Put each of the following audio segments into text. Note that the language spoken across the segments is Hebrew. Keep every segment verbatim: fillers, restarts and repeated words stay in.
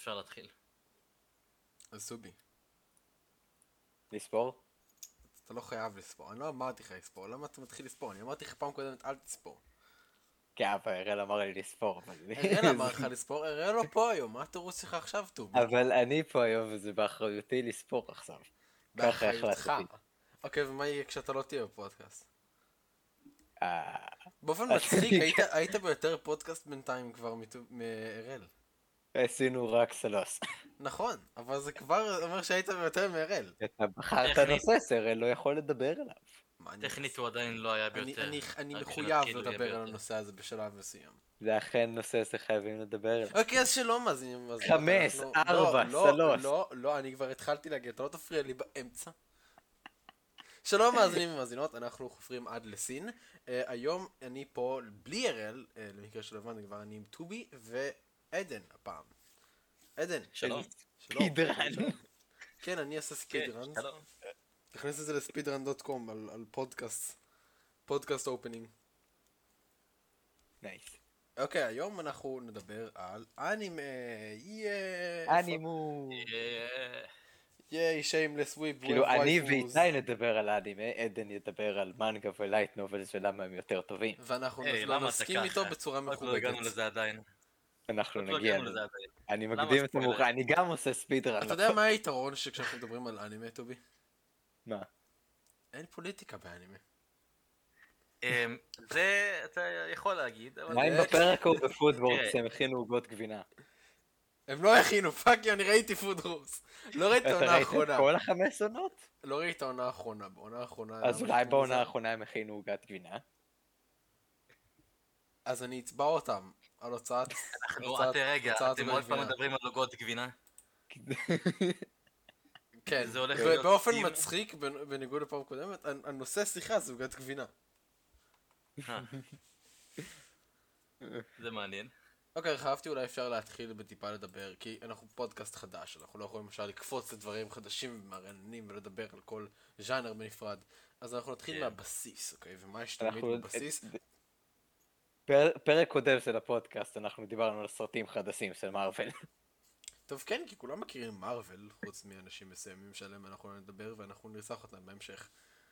אפשר להתחיל. אז סובי, לספור? אתה לא חייב לספור, אני לא אמרתי לך לספור, למה אתה מתחיל לספור? אני אמרתי לך פעם קודמת אל תספור. כן, אבל הראל אמר לי לספור. אבל- הראל אמר לך לספור, הראל לא פה היום, מה התירוץ שלך עכשיו טובי? אבל אני פה היום וזה באחריותי לספור עכשיו. ככה באחריותך. החלטתי. אוקיי, ומה יהיה כשאתה לא תהיה בפודקאסט? אה, באופן אז מצחיק, אני- היית- היית ביותר פודקאסט בינתיים כבר מטו- מהראל. עשינו רק סלוס. נכון, אבל זה כבר אומר שהיית ביותר מהראל. אתה בחרת טכנית. נושא, הראל לא יכול לדבר עליו. מה, אני- טכנית הוא עדיין לא היה אני- ביותר. אני- אני רק מחויב שנתחיל, הוא יהיה לדבר על ביותר. הנושא הזה בשלב מסוים. זה אכן נושא שחייבים לדבר עליו. אוקיי, אז שלום מאזינים. אז חמש, אנחנו- ארבע, לא, לא, שלוש. לא, לא, אני כבר התחלתי להגיד, אתה לא תפריע לי באמצע. שלום מאזינים ומאזינות, אנחנו חופרים עד לסין. Uh, היום אני פה בלי הראל, uh, למקרה של לבן, כבר אני עם טובי ועדן הפעם. עדן. שלום. שלום. ספידרן. שלום. כן, אני אעשה כן, ספידרן. שלום. תכניס את זה לספידרן דוט קום על, על פודקאסט. פודקאסט אופנינג. נייס. אוקיי, היום אנחנו נדבר על אנימה. יאה. אנימו. אה, ייי, שיימלס וויב. כאילו אני ואיתי נדבר על אנימה, עדן ידבר על מנגה ולייט נובלס ולמה הם יותר טובים. ואנחנו היי, לא למה אתה נסכים איתו ככה? בצורה עוד לא הגענו מכובדת. לזה עדיין. אנחנו עוד לא נגיע הגענו לזה. לזה עדיין. אני למה מקדים את ספוילר? המאוחר, אני גם עושה ספידרן. אתה יודע מה היתרון שכשאנחנו מדברים על אנימה, טובי? מה? אין פוליטיקה באנימה. אמ, זה אתה יכול להגיד, אבל... מה אם זה- בפרק ההוא בפודוורקס תראה. הם הכינו עוגות גבינה? הם לא הכינו, פאק יו, אני ראיתי פוד רופס. לא ראיתי את אתה העונה ראית את האחרונה. כל החמש עונות? לא ראיתי את העונה האחרונה. בעונה האחרונה... אז היה אולי משהו בעונה מוזר. האחרונה הם הכינו עוגת גבינה? אז אני אצבע אותם על הוצאת... אנחנו, הוצאת- אתם רגע, הוצאת אתם עוד פעם גבינה. מדברים על עוגות גבינה. כן, זה הולך ו- להיות באופן סטים. מצחיק, בנ- בניגוד לפעם קודמת, הנ- הנושא שיחה זה עוגת גבינה. אה. זה מעניין. אוקיי, חייבתי אולי אפשר להתחיל בטיפה לדבר, כי אנחנו פודקאסט חדש, אנחנו לא יכולים אפשר לקפוץ לדברים חדשים ומרעננים ולדבר על כל ז'אנר בנפרד. אז אנחנו נתחיל כן. מהבסיס, אוקיי? ומה יש תמיד אנחנו- בבסיס? פר- פרק קודם של הפודקאסט אנחנו דיברנו על סרטים חדשים של מארוול. טוב, כן, כי כולם מכירים מארוול, חוץ מאנשים מסוימים שעליהם אנחנו לא נדבר, ואנחנו נרצח אותם בהמשך.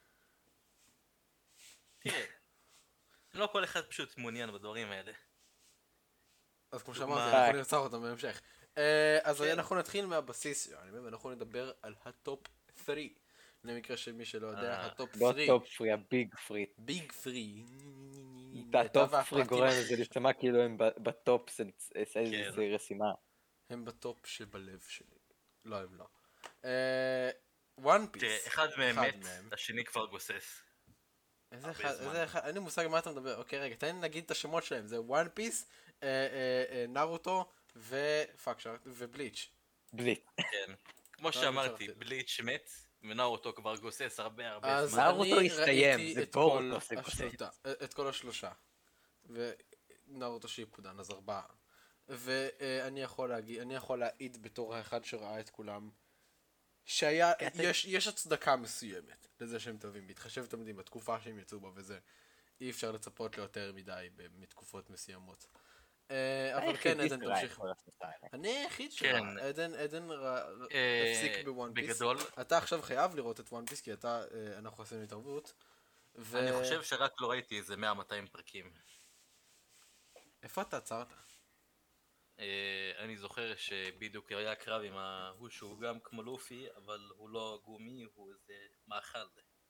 תראה, לא כל אחד פשוט מעוניין בדברים האלה. אז כמו דוגמה- שאמרתי, אנחנו נרצח אותם בהמשך. אה, אז כן. אנחנו נתחיל מהבסיס, יעני, ואנחנו נדבר על הטופ שלוש. למקרה שמי שלא יודע, אה, הטופ לא שלוש. טופ פרי, הביג פרי. ביג פרי. הטופ פרי גורם לזה להשתמע כאילו הם ב- בטופ של כן. איזה רשימה. הם בטופ שבלב שלי. לא, הם לא. וואן פיס. תראה, אחד מהם מת, השני כבר גוסס. איזה הרבה אחד, זמן. איזה אחד, אין לי מושג מה אתה מדבר. אוקיי, רגע, תן לי להגיד את השמות שלהם. זה וואן פיס, נרוטו, ופאק שארט, ובליץ'. בלי. כן. כמו שאמרתי, בליץ' מת, ונאוטו כבר גוסס הרבה הרבה אז זמן. נרוטו אני הסתיים, ראיתי זה את בורוטו כל עושה גוסס. השלושה, את כל השלושה. ונרוטו שיפודן, אז ארבעה. ואני יכול להגיד, אני יכול להעיד בתור האחד שראה את כולם, שהיה, יש, יש הצדקה מסוימת לזה שהם טובים, בהתחשב תמיד בתקופה שהם יצאו בה וזה. אי אפשר לצפות ליותר מדי ב- מתקופות מסוימות. אה, אבל כן, עדן תמשיך. אני היחיד שראה, כן. עדן, עדן ראה- אה, הפסיק בוואן פיס. בגדול, אתה עכשיו חייב לראות את וואן פיס, כי אתה, אה, אנחנו עשינו התערבות. ו... אני חושב שרק לא ראיתי איזה מאה מאתיים פרקים. איפה אתה עצרת? אה, אני זוכר שבדיוק היה קרב עם ההוא שהוא גם כמו לופי, אבל הוא לא גומי, הוא איזה מאכל.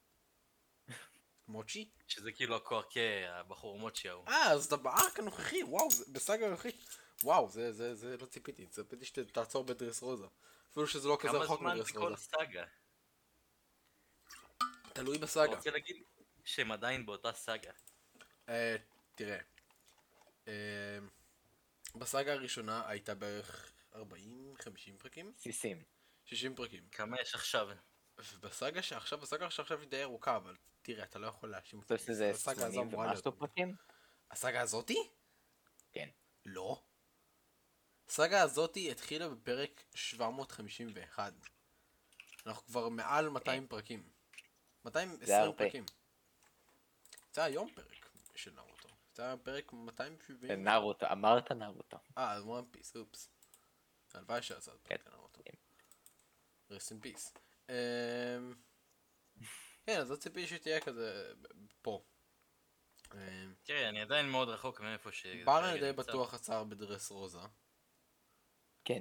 מוצ'י? שזה כאילו הקורקה, הבחור מוצ'י ההוא. אה, אז אתה בארק הנוכחי, וואו, זה- בסאגה הנוכחית. וואו, זה, זה, זה, לא ציפיתי, ציפיתי שתעצור בדרס רוזה. אפילו שזה לא כזה כמה רחוק זמן מדרס בכל רוזה. סאגה? תלוי אתה בסאגה. רוצה להגיד שהם עדיין באותה סאגה. אה, תראה. אה, בסאגה הראשונה הייתה בערך ארבעים חמישים פרקים? סיסים. שישים פרקים. כמה יש עכשיו? ובסאגה שעכשיו, בסאגה שעכשיו היא די ארוכה, אבל תראה, אתה לא יכול להאשים אתה חושב שזה הסאגה הזו שמונים אמורה ומשהו להיות- פרקים? הסאגה הזאתי? כן. לא. הסאגה הזאתי התחילה בפרק שבע מאות חמישים ואחת. אנחנו כבר מעל מאתיים פרקים. מאתיים ועשרים הרבה. פרקים. זה היום פרק של נרוטו. זה היה פרק מאתיים שבעים. נרוטו, אמרת נרוטו. אה, אז וואן פיס, אופס. הלוואי שיצא עוד כן. פעם נרוטו. rest in peace. אמ, כן, אז הציפי שתהיה כזה פה. אמ, תראה, אני עדיין מאוד רחוק מאיפה ש... ברן כרגע די נמצא. בטוח עצר בדרס רוזה. כן.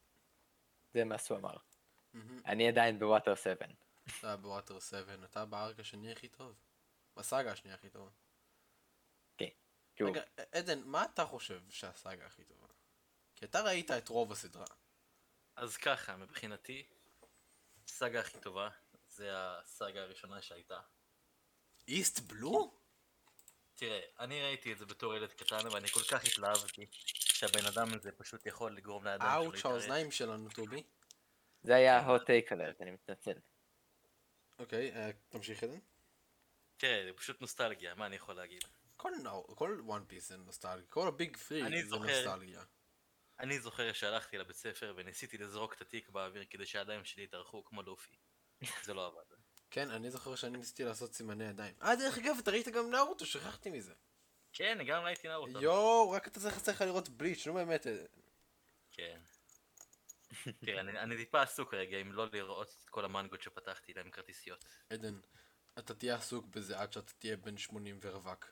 זה מה שהוא אמר. מהמם. אני עדיין בווטר שבע. אתה בווטר שבע, אתה בארק השני הכי טוב. בסאגה השנייה הכי טובה. כן. שוב, רגע, עדן, מה אתה חושב שהסאגה הכי טובה? כי אתה ראית את רוב הסדרה. אז ככה, מבחינתי, הסאגה הכי טובה זה הסאגה הראשונה שהייתה. איסט בלו? תראה, אני ראיתי את זה בתור ילד קטן ואני כל כך התלהבתי שהבן אדם הזה פשוט יכול לגרום לאדם שלו אאוץ' האוזניים שלנו, טובי. זה היה hot take alert, אני מתנצל. אוקיי, אה, תמשיך עדן. תראה, זה פשוט נוסטלגיה, מה אני יכול להגיד? כל נאו- כל וואן פיס זה נוסטלגיה. כל הביג פרי אני זה זוכר. נוסטלגיה. אני זוכר שהלכתי לבית ספר וניסיתי לזרוק את התיק באוויר כדי שהידיים שלי יתארחו כמו לופי. זה לא עבד. כן, אני זוכר שאני ניסיתי לעשות סימני ידיים. אה, דרך אגב, אתה ראית גם נארוטו, שכחתי מזה. כן, גם ראיתי נארוטו. יואו, רק אתה צריך צריך לראות בליץ', נו באמת. אה, כן. תראה, אני, אני טיפה עסוק כרגע אם לא לראות את כל המנגות שפתחתי להם כרטיסיות. עדן, אתה תהיה עסוק בזה עד שאתה תהיה בן שמונים ורווק.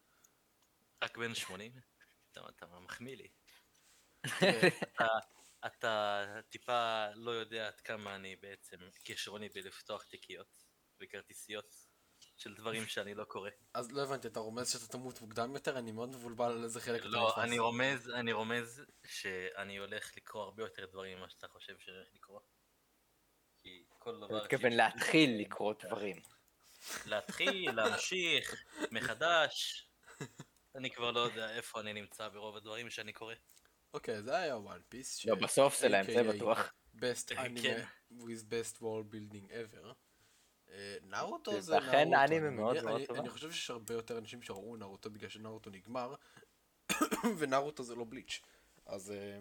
רק בן שמונים? אתה, אתה מחמיא לי. תראה, אתה, אתה טיפה לא יודע עד כמה אני בעצם כישרוני בלפתוח תיקיות וכרטיסיות של דברים שאני לא קורא. אז לא הבנתי, אתה רומז שאתה תמות מוקדם יותר? אני מאוד מבולבל על איזה חלק אתה לא, נתפס. אני רומז, אני רומז שאני הולך לקרוא הרבה יותר דברים ממה שאתה חושב שאני הולך לקרוא. כי כל אתה דבר... מתכוון שיש- להתחיל לקרוא דברים. להתחיל, להמשיך, מחדש. אני כבר לא יודע איפה אני נמצא ברוב הדברים שאני קורא. אוקיי, זה היה וואן פיס. לא, בסוף זה להם, זה בטוח. best כן. anime with best world building ever. אה, נארוטו זה נארוטו. ואכן האנימה אני מאוד מניח- מאוד אני- טובה. אני חושב שיש הרבה יותר אנשים שראו נארוטו בגלל שנארוטו נגמר, ונארוטו זה לא בליץ'. אז אה,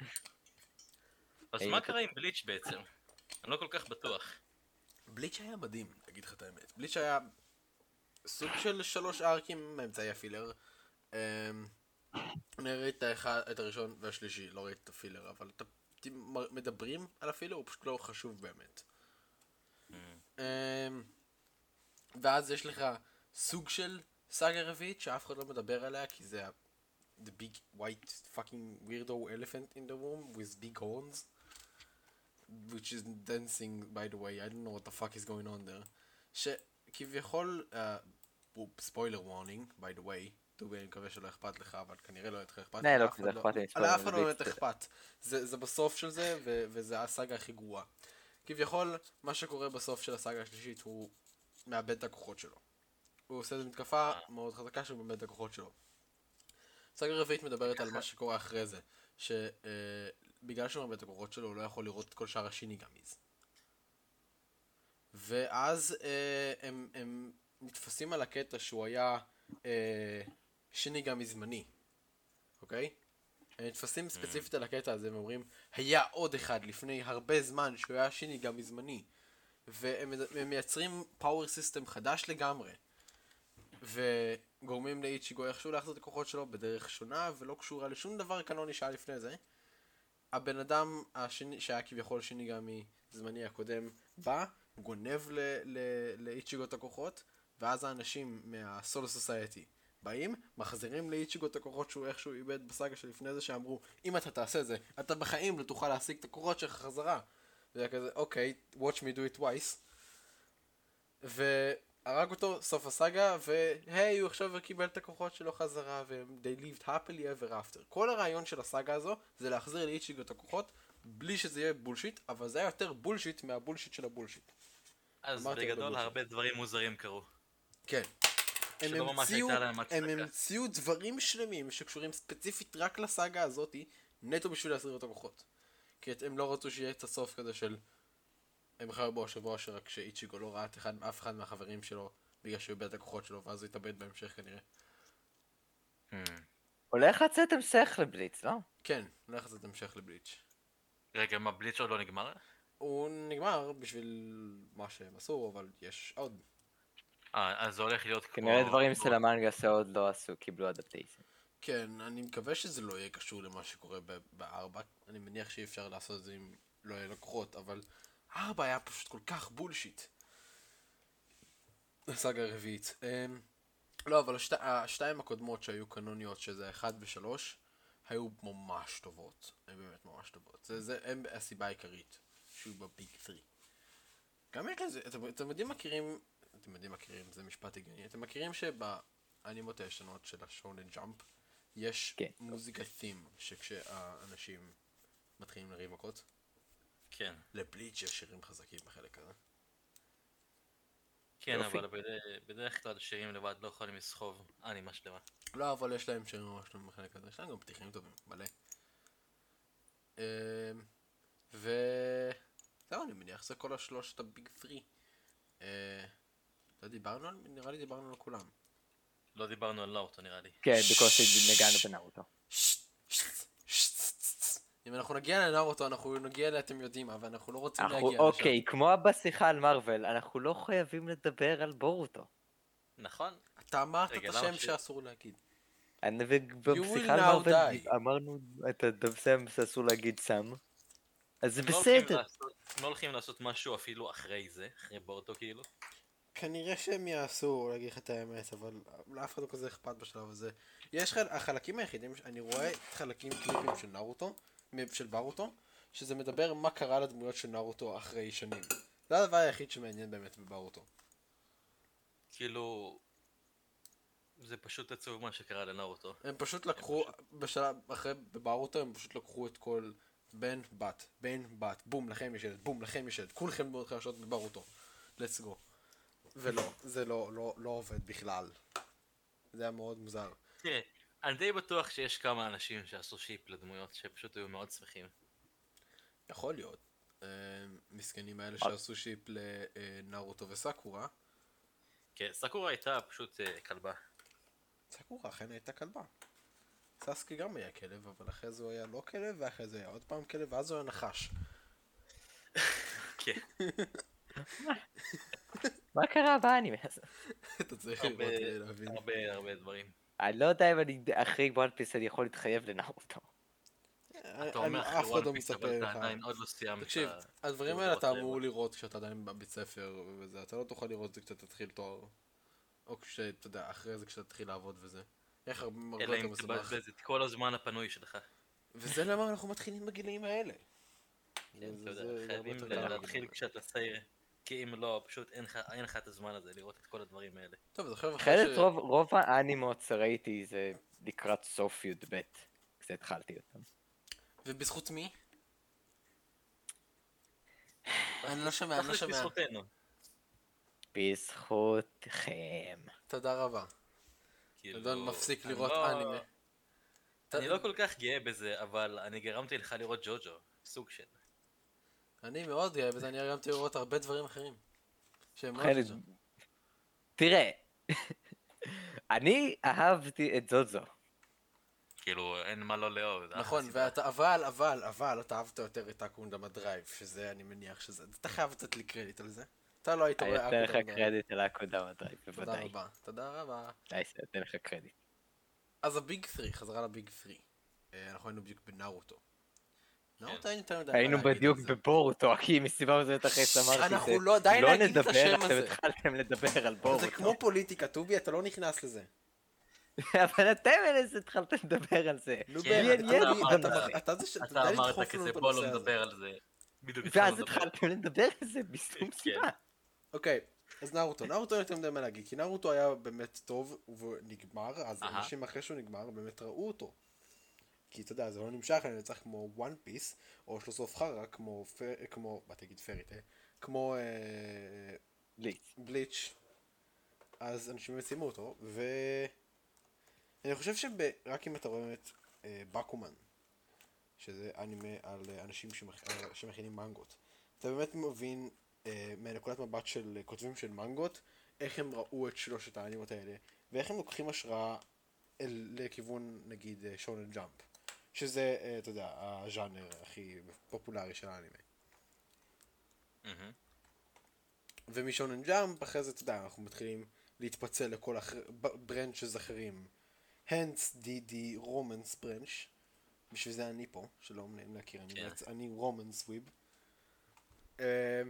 אז היי, מה אתה- קרה עם בליץ' בעצם? אני לא כל כך בטוח. בליץ' היה מדהים, אגיד לך את האמת. בליץ' היה סוג של שלוש ארקים מאמצעי הפילר. אמ, אני ראיתי את האחד- את הראשון והשלישי, לא ראיתי את הפילר, אבל אתם אתם מדברים על הפילר, הוא פשוט לא חשוב באמת. אמ, ואז יש לך סוג של סאגה רביעית שאף אחד לא מדבר עליה, כי זה ה- the big white fucking weirdo elephant in the room with big horns, which is dancing by the way, I don't know what the fuck is going on there. שכביכול, ספוילר וורנינג, by the way, טובי, אני מקווה שלא אכפת לך, אבל כנראה לא יהיה לך אכפת. לא, לא, לאף זה אחד אכפת לי, לאף ספוילר, אחד זה לא באמת ביג- אכפת. זה זה בסוף של זה, ו- וזה הסאגה הכי גרועה. כביכול, מה שקורה בסוף של הסאגה השלישית, הוא מאבד את הכוחות שלו. הוא עושה איזו מתקפה מאוד חזקה שהוא מאבד את הכוחות שלו. סאגה רביעית מדברת על מה שקורה אחרי זה, שבגלל שהוא מאבד את הכוחות שלו, הוא לא יכול לראות את כל שאר השיניגאמיז. ואז אה, הם, הם נתפסים על הקטע שהוא היה אה, שיניגאמי זמני, אוקיי? הם נתפסים ספציפית על הקטע הזה, הם אומרים, היה עוד אחד לפני הרבה זמן שהוא היה שיניגאמי זמני, והם הם מייצרים פאוור סיסטם חדש לגמרי, וגורמים לאיצ'יגו איכשהו להחזיר את הכוחות שלו בדרך שונה ולא קשורה לשום דבר קנוני שהיה לפני זה. הבן אדם השני, שהיה כביכול שיניגאמי זמני הקודם, בא, גונב ל- ל- לאיצ'יגו את הכוחות, ואז האנשים מהסול סוסייטי באים, מחזירים לאיצ'יגו את הכוחות שהוא איכשהו איבד בסאגה שלפני זה, שאמרו, אם אתה תעשה זה, אתה בחיים לא תוכל להשיג את הכוחות שלך חזרה. וזה היה כזה, אוקיי, watch me do it twice. והרג אותו, סוף הסאגה, והי, הוא עכשיו קיבל את הכוחות שלו חזרה, והם they lived happily ever after. כל הרעיון של הסאגה הזו, זה להחזיר לאיצ'יגו את הכוחות, בלי שזה יהיה בולשיט, אבל זה היה יותר בולשיט מהבולשיט של הבולשיט. אז אמרתי בגדול לגבי זה. הרבה דברים מוזרים קרו. כן. הם שלא ממש המציאו, הייתה להם הם הצדקה. המציאו דברים שלמים שקשורים ספציפית רק לסאגה הזאתי, נטו בשביל להחזיר את הכוחות. כי הם לא רצו שיהיה את הסוף כזה של... הם חיו בו השבוע שרק שאיצ'יגו לא ראה את אחד, אף אחד מהחברים שלו בגלל שהוא איבד את הכוחות שלו, ואז הוא יתאבד בהמשך כנראה. הולך לצאת המשך לבליץ, לא? כן, הולך לצאת המשך לבליץ'. רגע, מה, בליץ' עוד לא נגמר? הוא נגמר בשביל מה שהם עשו, אבל יש עוד. אה, אז זה הולך להיות כמו... כנראה דברים של המנגה שעוד לא עשו, קיבלו אדפטיישן. כן, אני מקווה שזה לא יהיה קשור למה שקורה ב- בארבע. אני מניח שאי אפשר לעשות את זה אם לא יהיה לקוחות, אבל ארבע היה פשוט כל כך בולשיט. הסאגה הרביעית. אמ, לא, אבל השת... השתיים הקודמות שהיו קנוניות, שזה אחד ושלוש, היו ממש טובות. הן באמת ממש טובות. זה, זה הם הסיבה העיקרית שהיו בביג תרי. גם יש לזה, אתם, אתם יודעים מכירים, אתם יודעים מכירים, זה משפט הגיוני, אתם מכירים שבאנימות הישנות של השונן ג'אמפ, יש כן. מוזיקה תים, שכשהאנשים מתחילים לריב מכות, כן. לבליץ' יש שירים חזקים בחלק הזה. כן, יופי. אבל בדרך- בדרך כלל שירים לבד לא יכולים לסחוב אנימה שלמה. לא, אבל יש להם שירים ממש טובים בחלק הזה, יש להם גם פתיחים טובים, מלא. אמ, ו... זהו, אני מניח זה כל השלושת הביג תרי. אה, לא דיברנו על... נראה לי דיברנו על כולם. לא דיברנו על נאוטו נראה לי. כן, בקושי נגענו בנארוטו. אם אנחנו נגיע לנארוטו, אנחנו נגיע ל... אתם יודעים מה, ואנחנו לא רוצים אנחנו, להגיע לשם. אוקיי, כמו בשיחה על מארוול, אנחנו לא חייבים לדבר על בורוטו. נכון? אתה אמרת את רגע, למה השם ש- שאסור להגיד. אני- will ובשיחה על now מארוול die. אמרנו את הדבסם שאסור להגיד סם. אז זה הם לא הולכים בסדר. לעשות- הם לא הולכים לעשות משהו אפילו אחרי זה, אחרי בורטו כאילו. כנראה שהם יעשו, להגיד לך את האמת, אבל לאף אחד לא כזה אכפת בשלב הזה. יש חל... החלקים היחידים, ש- אני רואה חלקים קליפים של נארוטו, מ- של ברוטו, שזה מדבר מה קרה לדמויות של נארוטו אחרי שנים. זה הדבר היחיד שמעניין באמת בברוטו. כאילו... זה פשוט עצוב מה שקרה לנאוטו. הם פשוט לקחו, בשלב, אחרי, בברוטו הם פשוט לקחו את כל בן, בת, בן, בת, בום, לכם יש ילד, בום, לכם יש ילד, כולכם דמויות חדשות בברוטו. let's go. ולא, זה לא, לא, לא עובד בכלל. זה היה מאוד מוזר. תראה, אני די בטוח שיש כמה אנשים שעשו שיפ לדמויות שפשוט היו מאוד שמחים. יכול להיות. אה, מסכנים האלה שעשו שיפ לנארוטו וסאקורה. כן, סאקורה הייתה פשוט אה, כלבה. סאקורה אכן הייתה כלבה. סאסקי גם היה כלב, אבל אחרי זה הוא היה לא כלב, ואחרי זה היה עוד פעם כלב, ואז הוא היה נחש. כן. מה קרה באנימה הזה? אתה צריך הרבה- לראות כדי להבין. הרבה הרבה דברים. אני לא יודע אם אני אחרי וואן פיס אני יכול להתחייב לנארוטו. אתה אומר אף אחרי אחד לא וואן פיס, מצפה אבל אתה לך. עדיין עוד לא סיימת. תקשיב, את הדברים כאילו האלה אתה דבר אמור לראות כשאתה עדיין בבית ספר וזה, אתה לא תוכל לראות את זה כשאתה תתחיל תואר. או כשאתה יודע, אחרי זה כשאתה תתחיל לעבוד וזה. איך הרבה הרבה אלא יותר אם מסובך. תבזבז את כל הזמן הפנוי שלך. וזה למה אנחנו מתחילים בגילאים האלה. כן, זה- אתה זה- יודע, זה חייבים הרבה יותר קל להתחיל בגילאים כשאתה צעיר. כי אם לא, פשוט אין לך- אין לך את הזמן הזה לראות את כל הדברים האלה. האלה. טוב, אז עכשיו אחרת אחרי ש... רוב, רוב האנימות שראיתי זה לקראת סוף י"ב, כשהתחלתי אותם. ובזכות מי? אני לא שומע, אני לא תכלס שומע. בזכותנו. בזכותכם. תודה רבה. כאילו, אדון מפסיק אני לראות לא- אנימה. אני לא כל כך גאה בזה, אבל אני גרמתי לך לראות ג'וג'ו. סוג של. אני מאוד גאה בזה, אני גם לראות הרבה דברים אחרים. שהם לא חלק- ג'וג'ו. תראה, אני אהבתי את זוזו. כאילו, אין מה לא לאהוב. זה אחלה נכון, סדרה. ואתה, אבל, אבל, אבל, אתה אהבת יותר את אקונדם הדרייב, שזה אני מניח שזה, אתה חייב לתת לי קרדיט על זה. אתה לא היית אני רואה אתן לך אקונדם הדרייב. קרדיט על הקודם הדרייב, תודה בוודאי. רבה, תודה רבה. די, אני אתן לך קרדיט. אז הביג תרי, חזרה לביג תרי. אה, אנחנו היינו בדיוק בנארוטו. נארוטו אין יותר מדי מה היינו להגיד בדיוק על זה. בבורוטו, כי מסיבה מסוימת אחרי שאמרתי אנחנו זה. לא, די לא להגיד את נדבר, השם עכשיו הזה. התחלתם לדבר על זה בורוטו. כמו פוליטיקה, טובי, אתה לא נכנס לזה. אבל אתם אלה שהתחלתם לדבר על זה. נו כן, באמת, אתה טובי, אמרת- אתה- אתה זה ש... אתה די אמרת לדחוף לנו כזה את בוא לא הנושא הזה. נדבר על זה. בדיוק ואז התחלנו לדבר. התחלתם לדבר על זה בשום כן. סיבה. אוקיי, אז נארוטו, נארוטו אין יותר מדי מה להגיד, כי נארוטו היה באמת טוב ונגמר, אז אהה. אנשים אחרי שהוא נגמר באמת ראו אותו. כי אתה יודע, זה לא נמשך לנצח כמו וואן פיס, או יש לו סוף חרא כמו, פ- כמו, באתי להגיד פריטה, כמו אה, בליץ. בליץ', אז אנשים באמת סיימו אותו, ואני חושב שרק אם אתה רואה באמת אה, בקומן, שזה אנימה על אה, אנשים שמכ... אה, שמכינים מנגות, אתה באמת מבין אה, מנקודת מבט של אה, כותבים של מנגות, איך הם ראו את שלושת האנימות האלה, ואיך הם לוקחים השראה אל, לכיוון נגיד אה, שונן ג'אמפ, שזה, אה, אתה יודע, הז'אנר הכי פופולרי של האנימה. מהמם. ומשונן ג'אמפ, אחרי זה, אתה יודע, אנחנו מתחילים להתפצל לכל אחר... ברנצ'ז אחרים. hence the, the romance branch. בשביל זה אני פה, שלא נעים להכיר, אני, כן. מעצ... אני romance weeb. Uh,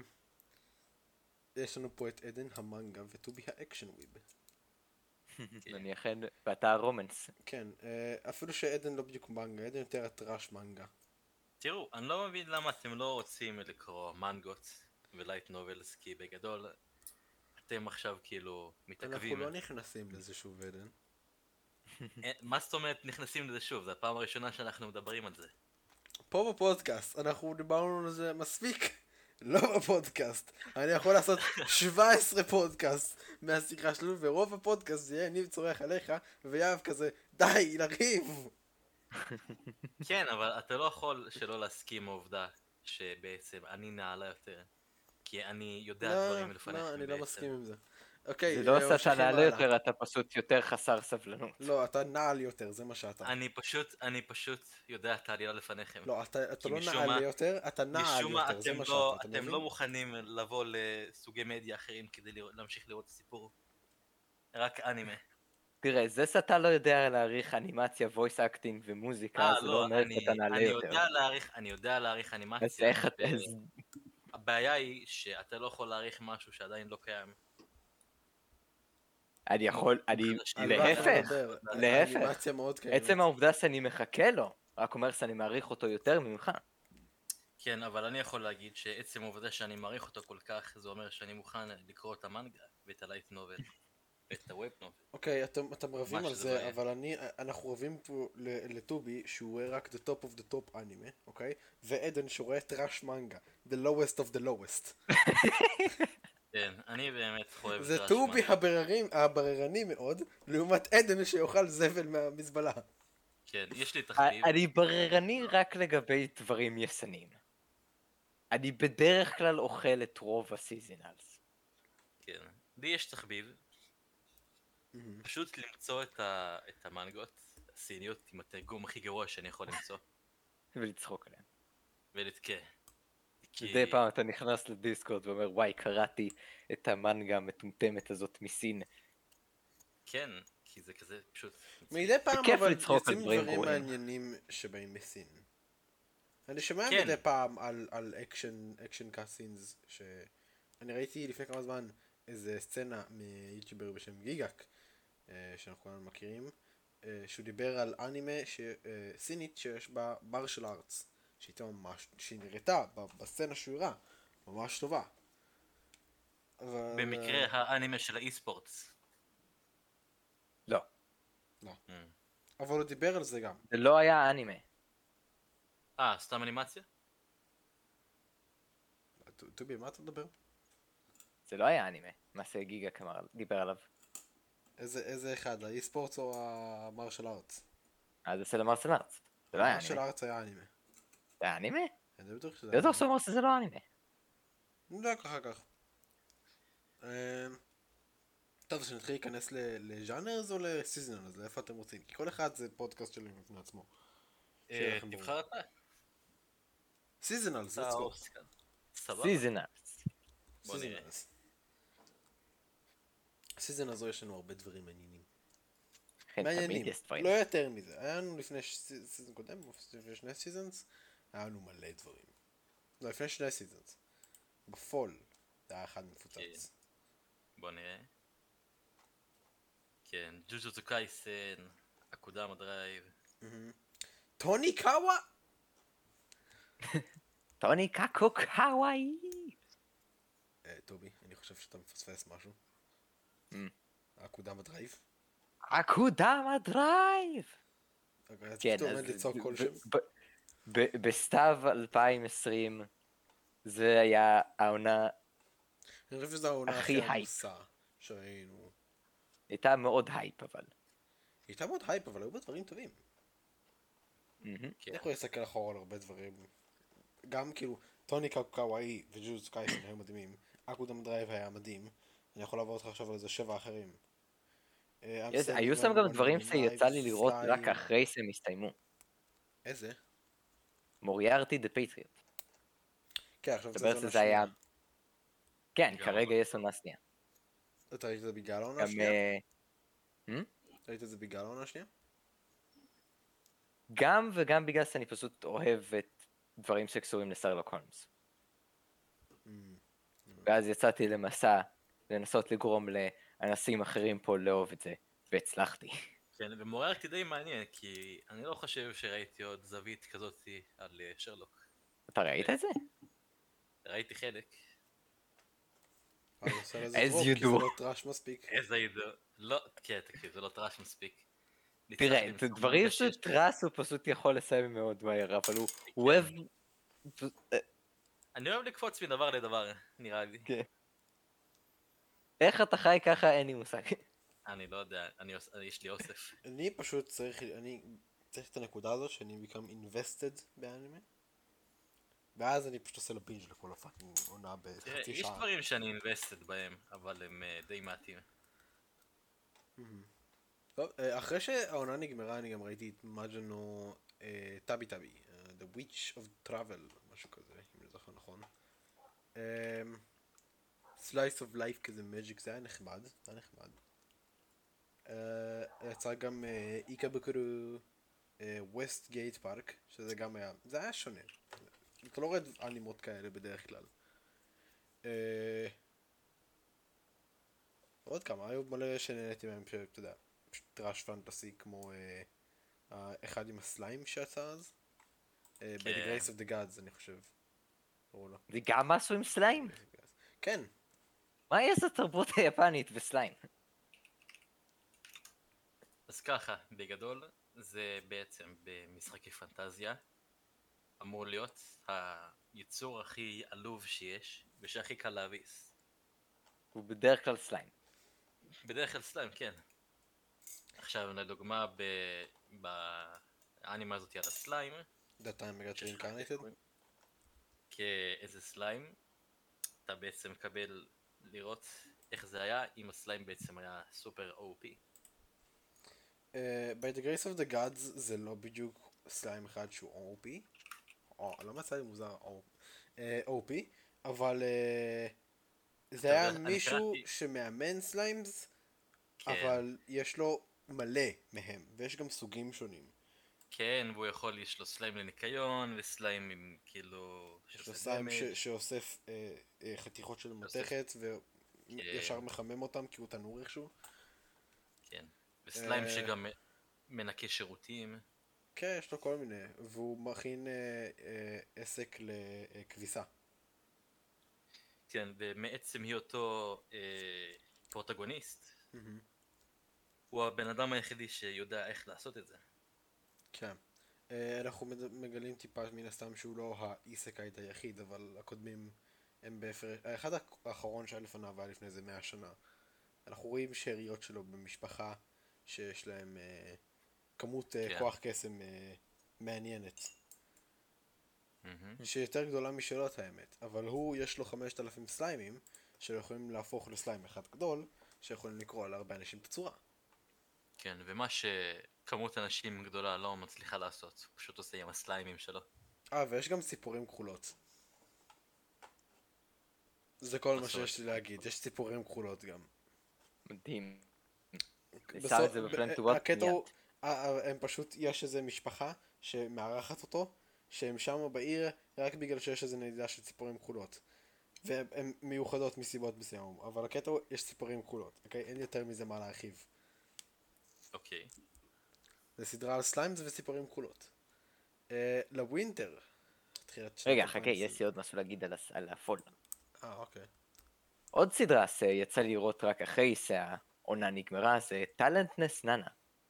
יש לנו פה את עדן המנגה וטובי האקשן וויב. אני אכן, ואתה הרומנס. כן, uh, אפילו שעדן לא בדיוק מנגה, עדן יותר הטראש מנגה. תראו, אני לא מבין למה אתם לא רוצים לקרוא מנגות ולייט נובלס, כי בגדול אתם עכשיו כאילו מתעכבים. אנחנו לא נכנסים לזה שוב, עדן. אה, מה זאת אומרת נכנסים לזה שוב? זו הפעם הראשונה שאנחנו מדברים על זה. פה בפודקאסט, אנחנו דיברנו על זה מספיק. לא בפודקאסט. אני יכול לעשות שבע עשרה פודקאסט מהשיחה שלנו, ורוב הפודקאסט זה יהיה ניב צורח עליך, ויאב כזה, די, לריב. כן, אבל אתה לא יכול שלא להסכים העובדה שבעצם אני נעלה יותר. כי אני יודע דברים לא, מלפניכם לא, אני בעצם. לא מסכים עם זה. אוקיי, זה לא אה, עושה ממשיכים שאתה נעלה הלאה. יותר, אתה פשוט יותר חסר סבלנות. לא, אתה נעל יותר, זה מה שאתה. אני פשוט, אני פשוט יודע את העלילה לפניכם. לא, אתה, אתה כי לא משום נעל מה- יותר, אתה נעל משום מה יותר, זה אתם מה לא, שאתה, אתה אתם מבין? לא מוכנים לבוא לסוגי מדיה אחרים כדי לראות- להמשיך לראות את הסיפור. רק אנימה. תראה, זה שאתה לא יודע להעריך אנימציה, voice acting ומוזיקה, אה, זה לא לא, אומר אני, שאתה נעלה אני יותר. יודע להעריך, אני יודע להעריך אז אנימציה. איך אתה... ו- אז- הבעיה היא שאתה לא יכול להעריך משהו שעדיין לא קיים. אני יכול, אני... חדשים. על מה אתה להפך, מדבר? להפך. האנימציה מאוד קיימת. עצם העובדה שאני מחכה לו, רק אומר שאני מעריך אותו יותר ממך. כן, אבל אני יכול להגיד שעצם העובדה שאני מעריך אותו כל כך, זה אומר שאני מוכן לקרוא את המנגה ואת הלייט נובל ואת הווב נובל. אוקיי, אתם, אתם רבים מה על שזה זה, לא יהיה. אבל אני, אנחנו רבים פה ל- לטובי, שהוא רואה רק the top of the top אנימה, אוקיי? ועדן שהוא רואה טראש מנגה, the lowest of the lowest. כן, אני באמת חובב זה טראש טובי מנגה. הבררני, הבררני מאוד, לעומת עדן שיאכל זבל מהמזבלה. כן, יש לי תחביב. אני בררני רק לגבי דברים ישנים. אני בדרך כלל אוכל את רוב הסיזונלס. כן. לי יש תחביב. פשוט למצוא את, ה... את המנגות הסיניות עם התרגום הכי גרוע שאני יכול למצוא. ולצחוק עליהם. ולתקה. כי... מדי פעם אתה נכנס לדיסקורד ואומר וואי קראתי את המנגה המטומטמת הזאת מסין. כן, כי זה כזה פשוט... מדי פעם כיף אבל לצחוק על יוצאים דברים דברים גרועים. מעניינים שבאים מסין. אני שומע כן. מדי פעם על, על אקשן, אקשן קאסינס, שאני ראיתי לפני כמה זמן איזה סצנה מיוטיובר בשם גיגאק, אה, שאנחנו כולנו מכירים, אה, שהוא דיבר על אנימה ש... אה, סינית שיש בה מרשל ארטס, שהייתה ממש, שהיא נראתה ב- בסצנה שהוא הראה, ממש טובה. אבל... במקרה האנימה של האי-ספורטס. לא, Mm. אבל הוא דיבר על זה גם. זה לא היה אנימה. אה, סתם אנימציה? טובי, מה אתה מדבר? זה לא היה אנימה. מה שגיגה אמר, דיבר עליו. איזה, איזה אחד, האי ספורטס או המרשל ארטס? אז זה של המרסל ארץ. זה לא היה המרשל אנימה. ארטס היה אנימה. זה היה אנימה? אני בטוח שזה זה בטוח שאומר שזה לא אנימה. נדע אחר כך. אמ, טוב, שנתחיל להיכנס ל- לז'אנרס או לסיזונל, אז לאיפה אתם רוצים? כי כל אחד זה פודקאסט שלי בפני עצמו. שיהיה אה, לכם ברור. תבחר אתה. סיזונל, אתה let's go. אוסקר. סבבה. סיזונלס. בוא נראה. סיזונלס. סיזון הזו יש לנו הרבה דברים מעניינים. כן, מעניינים, תמיד יש דברים. לא יותר מזה. היה לנו לפני ש- סיזון קודם, או לפני שני סיזונס, היה לנו מלא דברים. לא, לפני שני סיזונס. בפול, זה היה אחד מפוצץ. בוא נראה. כן, ג'וג'וטסו קייסן, אקודמה דרייב. טוני קאווה? טוני קאקו קוואי. אה, טובי, אני חושב שאתה מפספס משהו. Mm. העקודה בדרייב? אקודמה דרייב. אוקיי, אז כן, פתאום אז עומד לצעוק כל ב- שם. ב- ב- בסתיו אלפיים עשרים זה היה העונה, אני חושב שזו העונה הכי הכי הייפ. עמוסה שראינו. הייתה מאוד הייפ אבל. היא הייתה מאוד הייפ, אבל היו בה דברים טובים. מהמם. כן. אני יכול להסתכל אחורה על הרבה דברים. גם כאילו, טוני קוואי וג'וז קייסן היו מדהימים. אקודם דרייב היה מדהים. אני יכול לעבור אותך עכשיו על איזה שבע אחרים. אה, יש- אמסטרדם, היו שם גם וונדרמן, דברים שיצא לי לראות פליי. רק אחרי שהם הסתיימו. איזה? מוריארטי דה פטריוט. כן, עכשיו מדבר זה עונה שזה היה... שנייה. כן, גם כרגע אבל- יש עונה שנייה. אתה ראית את זה בגלל העונה גם... השנייה? אה, ראית את זה בגלל העונה השנייה? גם וגם בגלל שאני פשוט אוהב את דברים שקשורים לשרלוק הולמס. ואז יצאתי למסע לנסות לגרום לאנשים אחרים פה לאהוב את זה, והצלחתי. כן, ומעורר אותי די מעניין, כי אני לא חושב שראיתי עוד זווית כזאת על אה, שרלוק. אתה ראית את זה? ראיתי חלק. אני עושה לזה As דרופ, you כי זה do. לא טראש מספיק. איזה אידו. לא, כן, תקשיב, זה לא טראש מספיק. תראה, ניצחתי את עם הדברים סמנטה של שיש- טראס הוא פשוט יכול לסיים מאוד מהר, אבל הוא כן. הוא אוהב... אני אוהב לקפוץ מדבר לדבר, נראה לי. כן. איך אתה חי ככה אין לי מושג. אני לא יודע, אני עוש- יש לי אוסף. אני פשוט צריך, אני צריך את הנקודה הזאת שאני become invested באנימה. ואז אני פשוט עושה לו בינג' לכל הפאקינג עונה תראה, בחצי יש שעה. דברים שאני invested בהם, אבל הם אה, די מעטים. טוב, אה, אחרי שהעונה נגמרה אני גם ראיתי את מאג'נו אה, טאבי טאבי, אה, The Witch of Travel, משהו כזה, אם אני זוכר נכון. אה, Slice of Life כזה מג'יק, זה היה נחמד, זה היה נחמד. אה, יצא גם אה, איקה בקורו ווסט גייט פארק, שזה גם היה, זה היה שונה. אתה לא רואה אנימות כאלה בדרך כלל. אה, עוד כמה, היו מלא שנהניתי מהם, שאתה יודע, פשוט טראש פנטסי כמו אה, האחד עם הסליים שיצא אז. אה, By the כן. Grace of the Gods, אני חושב. קראו לו. זה גם משהו עם סליים? כן, מה יש לתרבות היפנית וסליים? אז ככה, בגדול, זה בעצם במשחקי פנטזיה, אמור להיות היצור הכי עלוב שיש, ושהכי קל להביס. הוא בדרך כלל סליים. בדרך כלל סליים, כן. עכשיו, לדוגמה, ב- באנימה הזאת על הסליים, The Time I got שיש לך reincarnated. כאיזה סליים, אתה בעצם מקבל לראות איך זה היה אם הסליים בעצם היה סופר או פי. אה, By the Grace of the Gods זה לא בדיוק סליים אחד שהוא או פי. או, לא מצא לי מוזר או פי, אבל אה, זה היה אני מישהו קראתי- שמאמן סליימס, כן. אבל יש לו מלא מהם, ויש גם סוגים שונים. כן, והוא יכול, יש לו סליים לניקיון, וסליים עם כאילו... יש לו שעושה סליים ש- damage. שאוסף אה, אה, חתיכות של מתכת, וישר מחמם אותם כי הוא תנור איכשהו. כן. וסליים אה. שגם מנקה שירותים. כן, יש לו כל מיני, והוא מכין אה, אה, עסק לכביסה. כן, ומעצם היותו אה, פרוטגוניסט, הוא הבן אדם היחידי שיודע איך לעשות את זה. כן. אה, אנחנו מד- מגלים טיפה מן הסתם שהוא לא האיסקאית היחיד, אבל הקודמים הם בהפרש... האחד האחרון שהיה לפניו היה לפני איזה מאה שנה. אנחנו רואים שאריות שלו במשפחה שיש להם אה, כמות אה, כן. כוח קסם אה, מעניינת. מהמם. שיותר גדולה משאלות האמת, אבל הוא יש לו חמשת אלפים סליימים שיכולים להפוך לסליים אחד גדול שיכולים לקרוא על הרבה אנשים את הצורה. כן, ומה שכמות אנשים גדולה לא מצליחה לעשות, הוא פשוט עושה עם הסליימים שלו. אה, ויש גם ציפורים כחולות. זה כל מה מה זאת אומרת? שיש לי להגיד, יש ציפורים כחולות גם. מדהים. שם בסוף- את זה בפלנט ב- טובות הקטע מיד. הוא, אה, אה, הם פשוט, יש איזה משפחה שמארחת אותו, שהם שמה בעיר רק בגלל שיש איזה נדידה של ציפורים כחולות. והן מיוחדות מסיבות מסוימות, אבל הקטע הוא, יש ציפורים כחולות, אוקיי? אין יותר מזה מה להרחיב. אוקיי. זה סדרה על סליימס וציפורים כחולות. אה, לווינטר. תחילת שנת רגע, אלפיים חכה, ועשרים. יש לי עוד משהו להגיד על הס- על הפול. אה, אוקיי. עוד סדרה שיצא לי לראות רק אחרי שהעונה נגמרה, זה טלנטלס נאנה.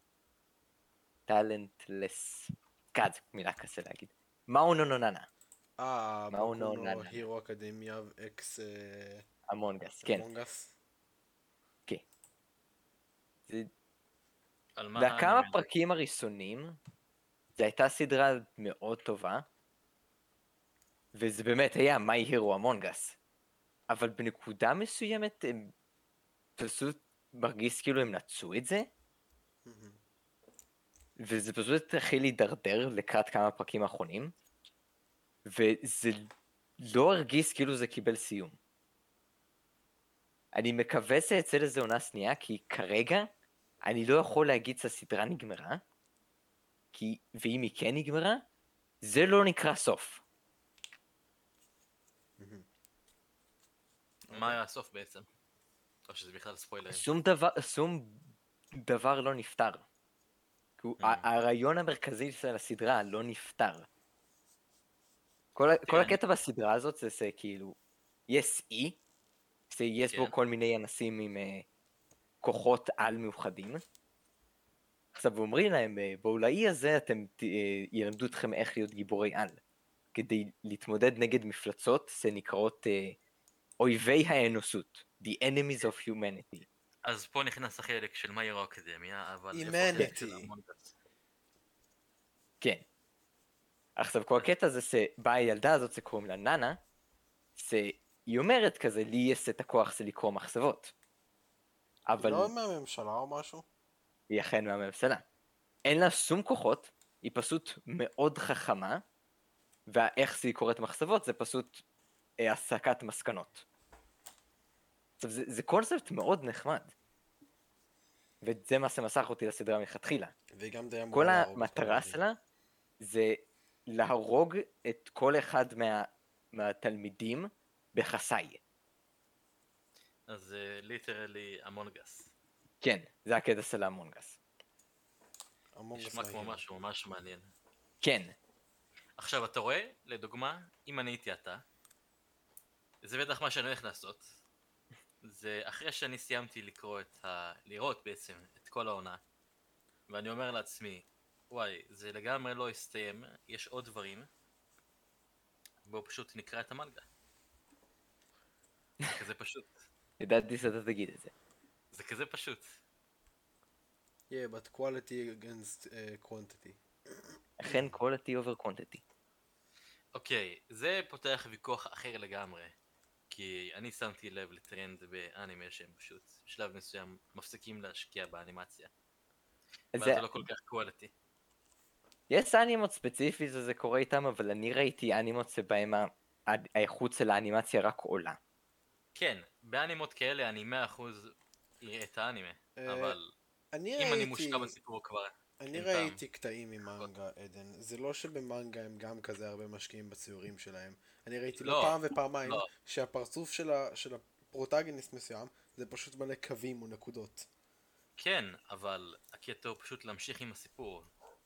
טלנטלס... גד, מילה קשה להגיד. מאו נו נו נאנה. אה, מאו נו בוקו נו נאנה. הירו אקדמיה אקס המונגס, כן. מונגס. כן. זה על מה בכמה האנימה? פרקים הראשונים, זו הייתה סדרה מאוד טובה, וזה באמת היה מיי הירו המונגס. אבל בנקודה מסוימת הם פשוט מרגיש כאילו הם נטשו את זה, וזה פשוט התחיל להידרדר לקראת כמה פרקים האחרונים, וזה לא הרגיש כאילו זה קיבל סיום. אני מקווה שיצא לזה עונה שנייה, כי כרגע אני לא יכול להגיד שהסדרה נגמרה, כי, ואם היא כן נגמרה, זה לא נקרא סוף. מה היה הסוף בעצם? או שזה בכלל ספוילרים. שום דבר, שום דבר לא נפתר. כי הוא- ה- הרעיון המרכזי של הסדרה לא נפתר. כל, ה- כל אני- הקטע בסדרה הזאת זה, זה כאילו, יש אי, שיש בו כן. כל מיני אנשים עם uh, כוחות על מיוחדים. עכשיו אומרים להם, uh, בואו לאי הזה אתם uh, ילמדו אתכם איך להיות גיבורי על. כדי להתמודד נגד מפלצות שנקראות uh, אויבי האנושות, The Enemies of Humanity. אז פה נכנס החלק של My Hero Academia, אבל איפה Humanity. החלק של אמונג אס? כן. עכשיו כל הקטע זה שבאה הילדה הזאת שקוראים לה נאנה, שהיא אומרת כזה, לי יש את הכוח של לקרוא מחשבות. אבל לא מהממשלה או משהו? היא אכן מהממשלה. אין לה שום כוחות, היא פשוט מאוד חכמה, ואיך שהיא קוראת מחשבות זה פשוט אה, הסקת מסקנות. עכשיו זה, זה קונספט מאוד נחמד. וזה מה שמסך אותי לסדרה מלכתחילה. והיא גם די אמורה כל להרוג את המטרה הילדים. שלה זה להרוג את כל אחד מה, מהתלמידים בחסאי. אז ליטרלי אמונג אס. כן, זה הקטע של האמונגס. אמונג אס נשמע כמו מההירו. משהו ממש מעניין. כן, עכשיו אתה רואה, לדוגמה, אם אני הייתי אתה, זה בטח מה שאני הולך לעשות. זה אחרי שאני סיימתי לקרוא את ה... לראות בעצם את כל העונה, ואני אומר לעצמי, וואי, זה לגמרי לא הסתיים, יש עוד דברים, בואו פשוט נקרא את המנגה. זה כזה פשוט. ידעתי שאתה תגיד את זה. זה כזה פשוט. Yeah, but quality against uh, quantity. אכן quality over quantity. אוקיי, זה פותח ויכוח אחר לגמרי. כי אני שמתי לב לטרנד באנימה שהם פשוט בשלב מסוים מפסיקים להשקיע באנימציה. ואז זה- זה לא כל כך קואליטי. יש אנימות ספציפי שזה קורה איתם, אבל אני ראיתי אנימות שבהם ה- האיכות של האנימציה רק עולה. כן, באנימות כאלה אני מאה אחוז אראה את האנימה, אה, אבל אני אם אני ראיתי... מושקע בסיפור כבר, אני אין ראיתי קטעים ממנגה, עדן. זה לא שבמנגה הם גם כזה הרבה משקיעים בציורים שלהם. אני ראיתי לא לא, פעם ופעמיים לא. שהפרצוף של ה- של הפרוטגניסט מסוים זה פשוט מלא קווים ונקודות. כן, אבל הקטע הוא פשוט להמשיך עם הסיפור.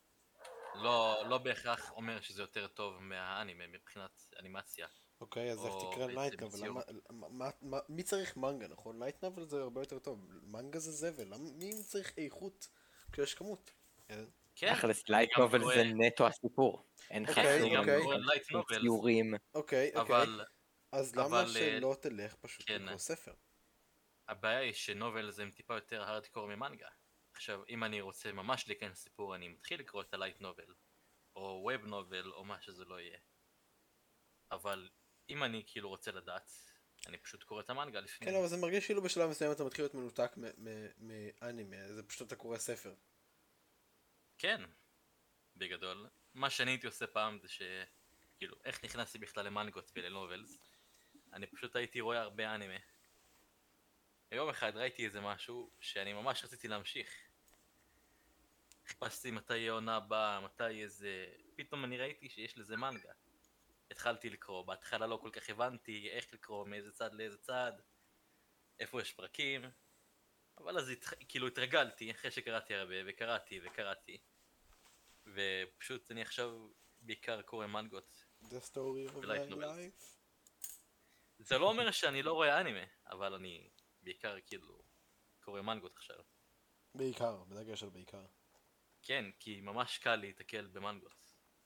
לא, לא בהכרח אומר שזה יותר טוב מהאנימה מבחינת אנימציה. אוקיי, אז איך או תקרא בעצם לייט נובל? ציור. למה- מה- מה- מי צריך מנגה, נכון? לייט נובל זה הרבה יותר טוב. מנגה זה זבל. למה- מי צריך איכות כשיש כמות? עדן? כן, תכלס אני לייט גם נובל קורא- זה נטו הסיפור. אין לך אוקיי, שום אני גם אוקיי. קורא לייט נובלס, ציורים. אוקיי, אוקיי. אבל אז למה אבל, שלא תלך פשוט כן. לקרוא ספר? הבעיה היא שנובלס הם טיפה יותר הארדקור ממנגה. עכשיו, אם אני רוצה ממש להיכנס לסיפור, אני מתחיל לקרוא את הלייט נובל, או ווב נובל, או מה שזה לא יהיה. אבל אם אני כאילו רוצה לדעת, אני פשוט קורא את המנגה לפני. כן, אבל זה מרגיש כאילו בשלב מסוים אתה מתחיל להיות מנותק מ- מ- מאנימה, זה פשוט אתה קורא ספר. כן, בגדול. מה שאני הייתי עושה פעם זה ש... כאילו, איך נכנסתי בכלל למנגות ולנובלס? אני פשוט הייתי רואה הרבה אנימה. יום אחד ראיתי איזה משהו שאני ממש רציתי להמשיך. חיפשתי מתי יהיה עונה הבאה, מתי איזה... פתאום אני ראיתי שיש לזה מנגה. התחלתי לקרוא, בהתחלה לא כל כך הבנתי איך לקרוא, מאיזה צד לאיזה צד, איפה יש פרקים, אבל אז התח... כאילו התרגלתי אחרי שקראתי הרבה, וקראתי וקראתי, ופשוט אני עכשיו בעיקר קורא מנגות. The story of ולייט my נובלס. life. זה לא אומר שאני לא רואה אנימה, אבל אני בעיקר כאילו קורא מנגות עכשיו. בעיקר, בדגש על בעיקר. כן, כי ממש קל להיתקל במנגות.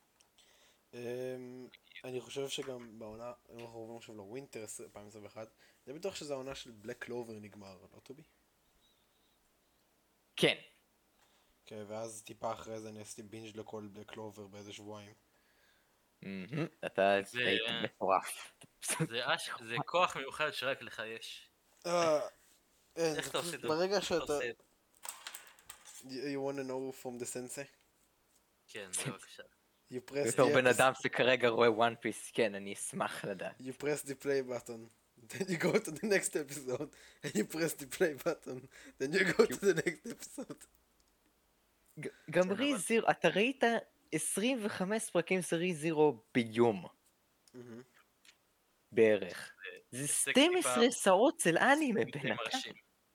אמ, אני חושב שגם בעונה, אם אנחנו עוברים עכשיו לווינטר אלפיים עשרים ואחת, אני בטוח שזו העונה של בלק קלובר נגמר, לא טובי? כן. כן, ואז טיפה אחרי זה אני עשיתי בינג' לכל בלק קלובר באיזה שבועיים. מהמם, אתה זה- היית מטורף. זה, אש... זה כוח מיוחד שרק לך יש. אה, אין, איך זה אתה עושה פשוט את זה? ברגע איך אתה שאתה... עושה את זה? You you wanna know from the sensei? כן, בבקשה. You press בתור the בן episode- אדם שכרגע רואה וואן פיס, כן, אני אשמח לדעת. You press the play button, then you go to the next episode, and you press the play button, then you go to the next episode. ג- גם כן, רי אבל- זירו, אתה ראית עשרים וחמש פרקים של רי זירו ביום מהמם. בערך. זה הישג שתים טיפה- עשרה שעות של אנימה די בן אדם. מרשים.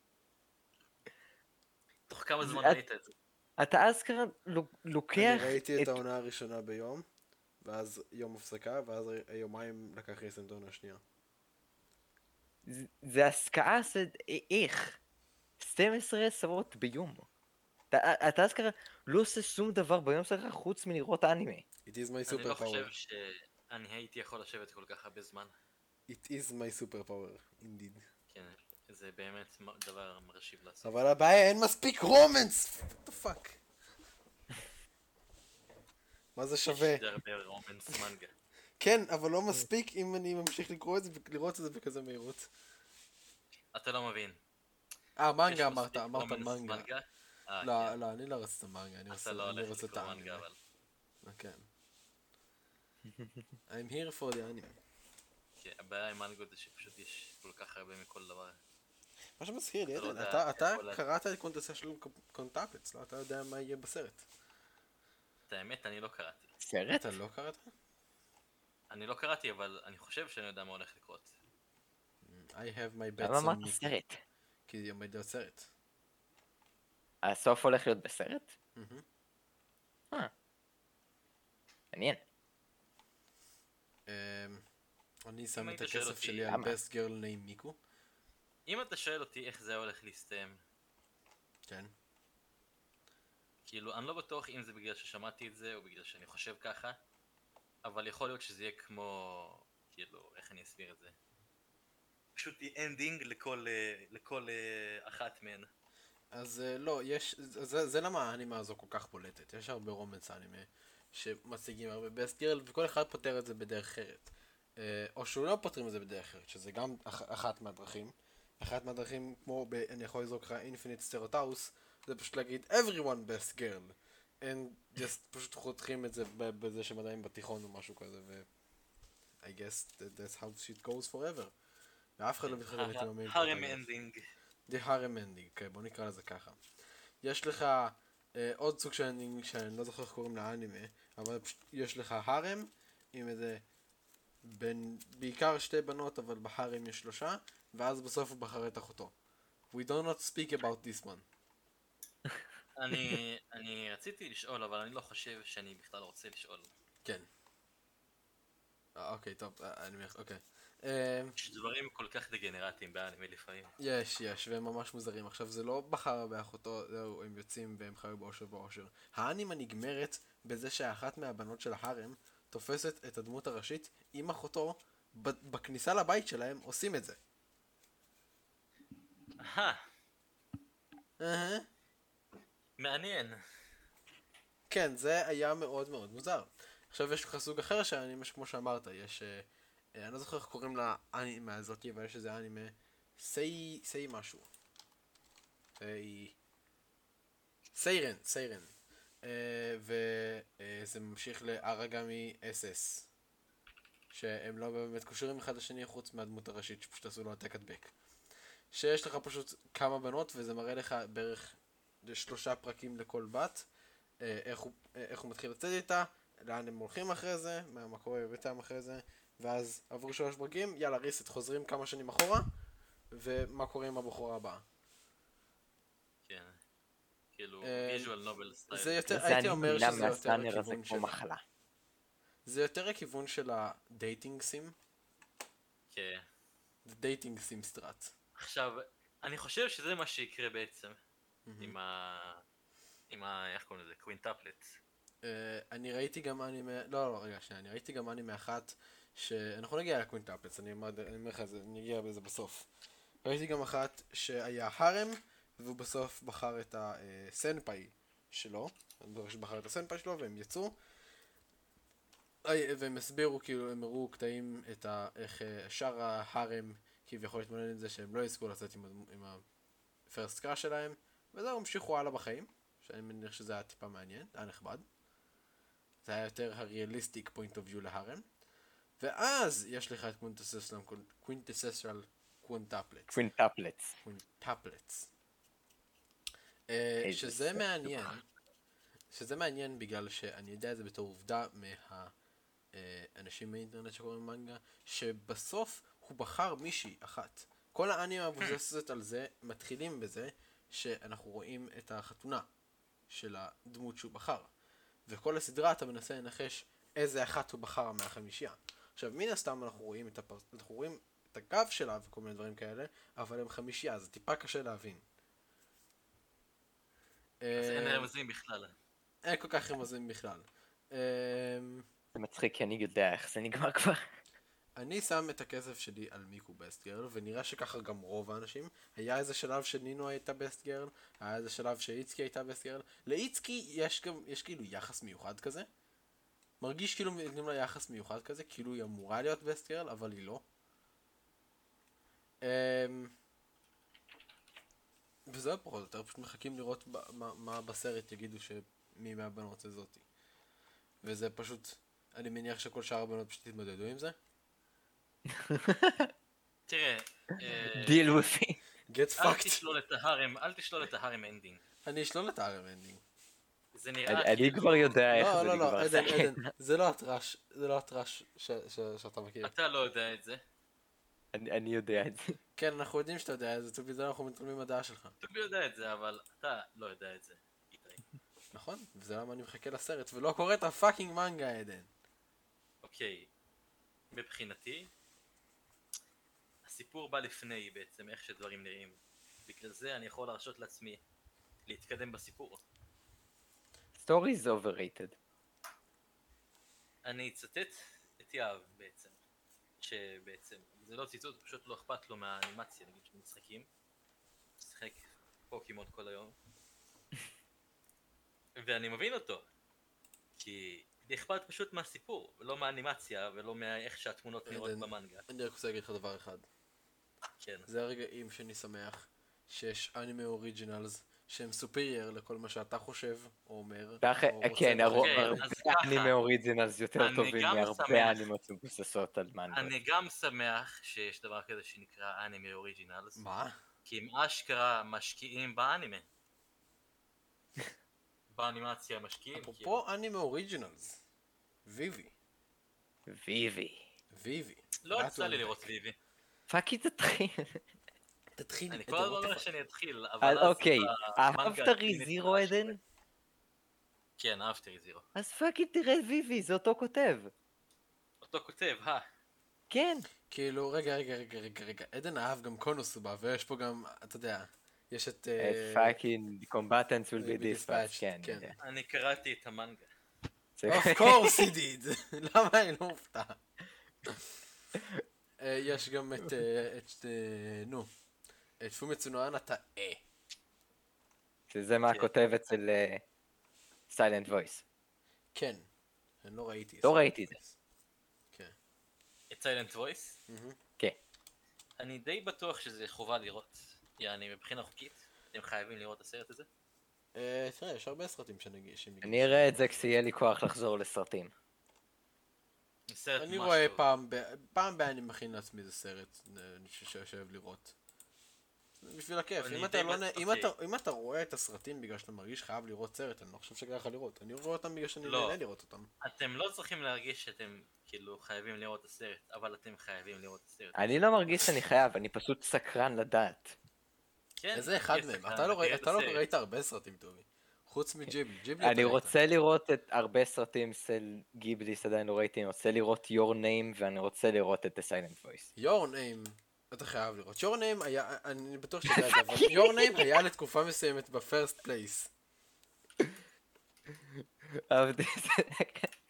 תוך כמה זה- זמן את- ראית את זה? אתה אשכרה לו- אני לוקח ראיתי את את... העונה הראשונה ביום, ואז יום הפסקה, ואז יומיים לקח לי לסיים את העונה השנייה. זה- זה השקעה של... איך? שתים עשרה שעות ביום. אתה- אתה אשכרה לא עושה שום דבר ביום שלך חוץ מלראות אנימה. It is my אני לא super חושב power. שאני הייתי יכול לשבת כל כך הרבה זמן. It is my super power, indeed. כן, זה באמת מ- דבר מרשים לעשות. אבל הבעיה אין מספיק רומנס! what the fuck? מה זה שווה? יש די הרבה רומנס מנגה. כן, אבל לא מספיק אם אני ממשיך לקרוא את זה ולראות את זה בכזה מהירות. אתה לא מבין. אה, יש מנגה אמרת, מספיק אמרת רומנס מנגה. אה, לא, כן. לא, אני לא רציתי את המנגה, אני רוצה אתה לא אני הולך רוצה את לקרוא מנגה, האנימה. אבל... כן. I'm here for the anime. כן, הבעיה עם מנגות זה שפשוט יש כל כך הרבה מכל דבר. מה שמזכיר לי, אתה לא עדן, יודע, אתה- אתה יכול לה- קראת את קונטסה של קונטאפלץ, לא? אתה יודע מה יהיה בסרט. את האמת, אני לא קראתי. סרט? אתה לא קראת? אני לא קראתי, אבל אני חושב שאני יודע מה הולך לקרות. I have my bets למה אמרת on Mickey. סרט? כי זה עומד להיות סרט. הסוף הולך להיות בסרט? מהמם. אה. מעניין. אמ, אני שם היית את שואל הכסף אותי, שלי על למה? best girl name מיקו. אם אתה שואל אותי איך זה היה הולך להסתיים, כן. כאילו, אני לא בטוח אם זה בגלל ששמעתי את זה או בגלל שאני חושב ככה, אבל יכול להיות שזה יהיה כמו, כאילו, איך אני אסביר את זה? פשוט אנדינג לכל, אה, לכל אה, אחת מהן. אז אה, לא, יש, זה, זה למה האנימה הזו כל כך בולטת. יש הרבה רומנס אנימה שמציגים הרבה בסט גרל, וכל אחד פותר את זה בדרך אחרת. אה, או שהוא לא פותרים את זה בדרך אחרת, שזה גם אח, אחת מהדרכים. אחת מהדרכים, כמו ב, אני יכול לזרוק לך אינפיניט סטרוטאוס, זה פשוט להגיד everyone best girl. and just פשוט חותכים את זה ב- בזה שהם עדיין בתיכון או משהו כזה, ו... I guess that, that's how shit goes forever. ואף אחד לא מתחתן איתי במיין. הרם אנדינג. The harem ending, כן, בוא נקרא לזה ככה. יש לך אה, עוד סוג של אנדינג שאני לא זוכר איך קוראים לאנימה, אבל פשוט יש לך הרם עם איזה בין, בעיקר שתי בנות, אבל בהרם יש שלושה, ואז בסוף הוא בחר את אחותו. We do not speak about this one. אני, אני רציתי לשאול, אבל אני לא חושב שאני בכלל רוצה לשאול. כן. אה, אוקיי, טוב, אה, אני מח... אוקיי. אה, יש דברים כל כך דגנרטיים באנימה לפעמים. יש, יש, והם ממש מוזרים. עכשיו, זה לא בחר באחותו, זהו, הם יוצאים והם חיו באושר ואושר. האנימה נגמרת בזה שאחת מהבנות של ההרם תופסת את הדמות הראשית עם אחותו, ב- בכניסה לבית שלהם עושים את זה. אהה, אהה. מעניין. כן, זה היה מאוד מאוד מוזר. עכשיו יש לך סוג אחר של אנימה, כמו שאמרת, יש... אה, אה, אני לא זוכר איך קוראים לאנימה הזאת, אבל יש איזה אנימה... סי... סי משהו. סי... סיירן, סיירן. אה, וזה ממשיך לארגמי אס אס. שהם לא באמת קושרים אחד לשני חוץ מהדמות הראשית שפשוט עשו לו העתק הדבק. שיש לך פשוט כמה בנות וזה מראה לך בערך שלושה פרקים לכל בת. אה, איך הוא, אה, איך הוא מתחיל לצאת איתה, לאן הם הולכים אחרי זה, מה, מה קורה בביתם אחרי זה, ואז עבור שלוש פרקים, יאללה ריסט, חוזרים כמה שנים אחורה, ומה קורה עם הבחורה הבאה. כן. כאילו, אה, ויז'ואל נובל סטייל. זה יותר, זה הייתי אני אומר נמנע שזה יותר מהסטאנר הזה הכיוון כמו של... מחלה. זה יותר הכיוון של הדייטינג סים, כן. זה דייטינג סים סטראט. עכשיו, אני חושב שזה מה שיקרה בעצם. עם ה... עם ה... איך קוראים לזה? קווינטפלט. אה, אני ראיתי גם אנימה, לא לא רגע שנייה, אני ראיתי גם אנימה אחת, שאנחנו נגיע לקווינטפלץ, אני אומר אני אומר לך את זה, אני אגיע בזה בסוף. ראיתי גם אחת שהיה הרם, והוא בסוף בחר את הסנפאי שלו, הוא בחר את הסנפאי שלו והם יצאו. אה, והם הסבירו, כאילו, הם הראו קטעים את ה... איך אה, שאר ההרם כביכול להתמודד עם זה שהם לא יזכו לצאת עם, הדמו- עם הפרסט קראש שלהם, וזהו, המשיכו הלאה בחיים, שאני מניח שזה היה טיפה מעניין, היה נכבד. זה היה יותר הריאליסטיק פוינט אוף ויו להרם. ואז יש לך את קווינטססל קוונטפלץ. קווינטפלץ. קוונטפלץ. אה, איזה שזה סרט מעניין, דוחה. שזה מעניין בגלל שאני יודע את זה בתור עובדה מהאנשים באינטרנט שקוראים מנגה, שבסוף הוא בחר מישהי אחת. כל האנימה מבוססת על זה, מתחילים בזה שאנחנו רואים את החתונה של הדמות שהוא בחר. וכל הסדרה אתה מנסה לנחש איזה אחת הוא בחר מהחמישייה. עכשיו מן הסתם אנחנו רואים את, הפר... אנחנו רואים את הגב שלה וכל מיני דברים כאלה, אבל הם חמישייה, זה טיפה קשה להבין. אז אין רמזים בכלל. אין כל כך רמזים בכלל. זה מצחיק כי אני יודע איך זה נגמר כבר. אני שם את הכסף שלי על מיקו בסט גרל, ונראה שככה גם רוב האנשים. היה איזה שלב שנינו הייתה בסט גרל, היה איזה שלב שאיצקי הייתה בסט גרל. לאיצקי יש גם, יש כאילו יחס מיוחד כזה. מרגיש כאילו נותנים לה יחס מיוחד כזה, כאילו היא אמורה להיות בסט גרל, אבל היא לא. וזהו פחות או יותר, פשוט מחכים לראות ב- מה, מה בסרט יגידו שמי מהבנות זה זאתי. וזה פשוט, אני מניח שכל שאר הבנות פשוט יתמודדו עם זה. תראה, אה, דיל וויפי. Get אל fucked. תשלול את ההרם, אל תשלול את ההרם אנדינג. אני אשלול את הארם אנדינג. זה נראה אני כאילו... כבר יודע איך לא, זה לא, נגמר. לא, עדן, עדן, זה לא הטראש, זה לא הטראש ש- ש- שאתה מכיר. אתה לא יודע את זה. אני אני יודע את זה. כן, אנחנו יודעים שאתה יודע את זה, בגלל אנחנו מתעלמים מהדעה שלך. טובי יודע את זה, אבל אתה לא יודע את זה. איתי. נכון? וזה למה אני מחכה לסרט ולא קורא את הפאקינג מנגה, עדן. אוקיי, מבחינתי, הסיפור בא לפני בעצם איך שדברים נראים. בגלל זה אני יכול להרשות לעצמי להתקדם בסיפור. Story is overrated. אני אצטט את יהב בעצם, שבעצם, זה לא ציטוט, פשוט לא אכפת לו מהאנימציה, נגיד של משחקים. משחק פוקימון כל היום. ואני מבין אותו, כי לי אכפת פשוט מהסיפור, ולא מהאנימציה, ולא מאיך שהתמונות נראות עדן, במנגה. אני רק רוצה להגיד לך דבר אחד. כן. זה הרגעים שאני שמח שיש אנימה אוריג'ינלס שהם סופרייר לכל מה שאתה חושב או אומר. ככה, או רוצה כן, הרוב אוקיי, אז ככה. האנימה אוריג'ינלס יותר אני טובים גם מהרבה שמח. אנימות מבוססות על מנגות. אני גם שמח שיש דבר כזה שנקרא אנימה אוריג'ינלס, מה? כי הם אשכרה משקיעים באנימה. באנימציה משקיעים. כאילו. אפרופו אנימה אוריג'ינלס. ויבי. ויבי. ויבי. לא That יצא לי one. לראות ויבי. פאקי תתחיל. תתחיל. אני עדן, כל הזמן what the אומר fuck? שאני אתחיל, אבל אז אז... אוקיי, המנגה אהבת הקלינית ריזירו שלה עדן? שווה. כן, אהבתי ריזירו. אז פאקי תראה ויבי, זה אותו כותב. אותו כותב, אה. כן. כאילו, רגע, רגע, רגע, רגע, רגע. עדן אהב גם קונוסובה, ויש פה גם, אתה יודע, יש את... פאקינג combatants will be will be dispatched, dispatched, כן. כן. יודע. אני קראתי את המנגה. זה- Of course he did! למה אני לא מופתע? אה, יש גם את, אה, את, אה, נו, את פומיצו נו אנה אה. שזה מה כן. כותב אצל סיילנט וויס. כן, אני לא ראיתי. לא ראיתי את זה. כן. את סיילנט וויס? כן. אני די בטוח שזה חובה לראות. יעני, מבחינה חוקית, אתם חייבים לראות את הסרט הזה. אה, תראה, יש הרבה סרטים שנגיש. אני אראה את זה כשיהיה לי כוח לחזור לסרטים. זה סרט אני ממש רואה טוב. פעם, ב- פעם ב- אני מכין לעצמי איזה סרט אה, ש- ש- שאוהב לראות. זה בשביל הכיף. אני אם אתה די לא בט- נ- אם אוקיי. אתה- אם אתה רואה את הסרטים בגלל שאתה מרגיש חייב לראות סרט, אני לא חושב שכדאי לך לראות. אני רואה אותם בגלל שאני לא. נהנה לראות אותם. אתם לא צריכים להרגיש שאתם כאילו חייבים לראות את הסרט, אבל אתם חייבים לראות את הסרט. אני לא מרגיש שאני חייב, אני פשוט סקרן לדעת. כן, איזה אחד תהיה מהם? סקרן, אתה לא ראי- תראה את אתה לא הסרט. ראית הרבה סרטים טובים. חוץ מג'יבלי. ג'יבלי אתה אני ראית. רוצה לראות את הרבה סרטים של גיבליס, עדיין לא ראיתי, אני רוצה לראות your name ואני רוצה לראות את The Silent Voice. Your Name, אתה חייב לראות. Your Name היה, אני בטוח שאתה יודע את זה, אבל Your Name היה לתקופה מסוימת בפרסט פלייס. אהבתי את זה.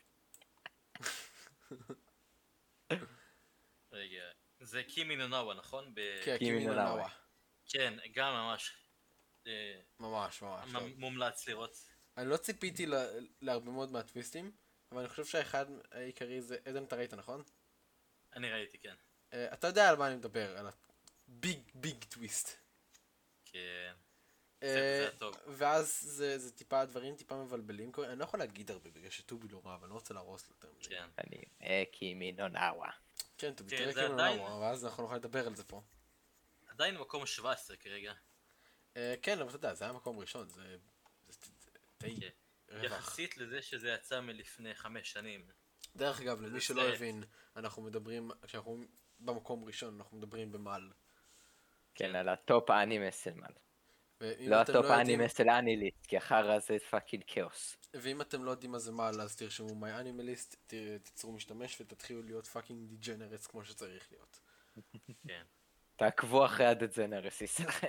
רגע, זה קימי נונאווה, נכון? ב- כן, קימי קימי נונאווה. נונאווה. כן, גם ממש אה, ממש, ממש. טוב. מ- מומלץ לראות. אני לא ציפיתי ל- להרבה מאוד מהטוויסטים, אבל אני חושב שהאחד העיקרי זה, עדן אתה ראית נכון? אני ראיתי, כן. אה, אתה יודע על מה אני מדבר, על הביג ביג טוויסט. כן. אה, זה היה טוב. ואז זה, זה טיפה, דברים טיפה מבלבלים קורים, אני לא יכול להגיד הרבה בגלל שטובי לא רע, אבל אני לא רוצה להרוס לו יותר מזה. כן. אני אקי מנונאווה. כן, טובי, כן, תראה זה כאילו עדיין- למה, ואז אנחנו נוכל לדבר על זה פה. עדיין מקום שבע עשרה כרגע. אה, כן, אבל אתה יודע, זה היה מקום ראשון, זה, זה, זה די כן. רווח. יחסית לזה שזה יצא מלפני חמש שנים. דרך אגב, למי זה שלא סרט. הבין, אנחנו מדברים, כשאנחנו במקום ראשון, אנחנו מדברים במעל. כן, על הטופ האנימה של מל. ואם לא אתם הטופ לא יודעים, האנימה של אניליסט, כי אחר זה פאקינג כאוס. ואם אתם לא יודעים מה זה מעל, אז תרשמו מי אנימליסט, תיצרו משתמש ותתחילו להיות פאקינג דיג'נרטס כמו שצריך להיות. כן. תעקבו אחרי הדג'נרסיס שלכם.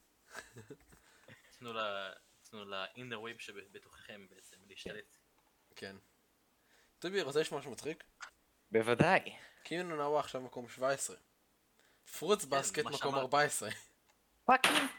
תנו ל... תנו ל-inner wave שבתוככם בעצם להשתלט. כן. טובי, רוצה לשמוע משהו מצחיק? בוודאי. קינו נאווה עכשיו מקום שבע עשרה. פרוץ בסקט מה מקום שאמרת. ארבע עשרה. פאקינג.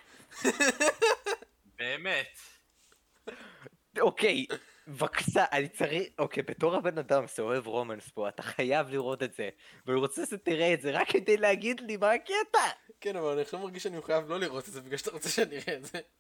באמת. אוקיי, בבקשה, אני צריך, אוקיי, בתור הבן אדם שאוהב רומנס פה, אתה חייב לראות את זה, ואני רוצה שתראה את זה רק כדי להגיד לי מה הקטע. כן, אבל אני עכשיו מרגיש שאני מחויב לא לראות את זה בגלל שאתה רוצה שאני אראה את זה.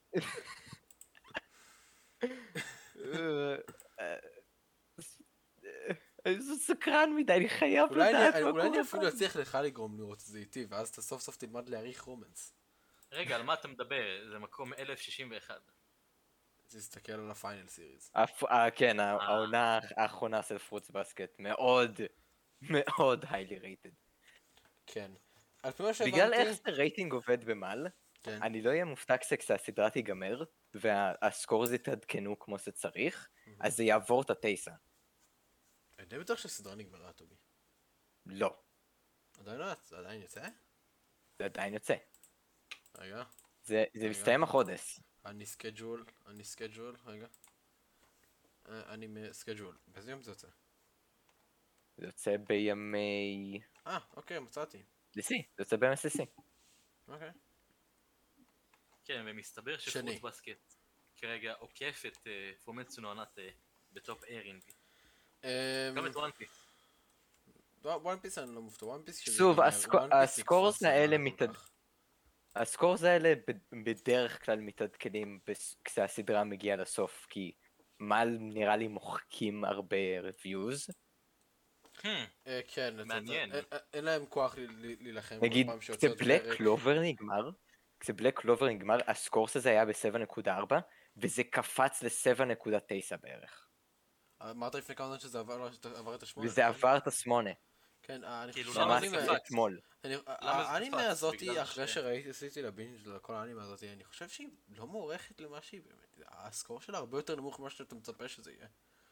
אני סקרן מדי, אני חייב אולי לדעת אני- מה אולי אני קורה אפילו פה. אצליח לך לגרום לראות את זה איתי, ואז אתה סוף סוף תלמד להעריך רומנס. רגע, על מה אתה מדבר? זה מקום אלף שישים ואחת. תסתכל על הפיינל סיריז. הפ- אה, כן, העונה האחרונה של פרוץ בסקט, מאוד, מאוד היילי רייטד. כן. על פי מה שהבנתי... בגלל איך שרייטינג עובד במל, כן. אני לא אהיה מופתע כשהסדרה תיגמר, והסקורס יתעדכנו כמו שצריך, אז זה יעבור את הטייסה. אני די בטוח שהסדרה נגמרה, טובי. לא, עדיין לא, זה עדיין יוצא? זה עדיין יוצא. רגע. זה זה מסתיים החודש. אני סקייג'ול, אני סקייג'ול, רגע. אה, אני סקייג'ול. באיזה יום זה יוצא? זה יוצא בימי... אה, אוקיי, מצאתי. די-סי, זה יוצא ב-אם אס סי. אוקיי. כן, ומסתבר שני. שפרוץ בסקט כרגע עוקף את אה, פומצו נו ענת אה, בטופ איירינג. אמ, גם את וואן פיס. וואן פיס אני לא מופתע, וואן פיס שזה שוב, ייגמר, הסקו- וואן פיס הסקורס יקפוץ האלה למעלה כל מתעד- כך. הסקורס האלה ב- בדרך כלל מתעדכנים בס- כשהסדרה מגיעה לסוף, כי מל נראה לי מוחקים הרבה reviews. Hmm, אה, כן, אתה- מעניין. אה, אה, אין להם כוח ל- ל- להילחם נגיד, כל פעם שיוצא עוד כשבלק פרק. קלובר נגמר, כשבלק קלובר נגמר, הסקורס הזה היה ב-שבע נקודה ארבע, וזה קפץ ל-שבע נקודה תשע בערך. אמרת לפני כמה זמן שזה עבר עבר את השמונה. וזה נכון? עבר את השמונה, כן, אה, אני כאילו, חושב למה ממש זה שהאנימה- קפץ? אתמול. אני- למה זה האנימה קפץ? הזאתי, בגלל אחרי ש- שראיתי, עשיתי לבינג' לכל האנימה הזאתי, אני חושב שהיא לא מוערכת למה שהיא באמת. הסקור שלה הרבה יותר נמוך ממה שאתה מצפה שזה יהיה.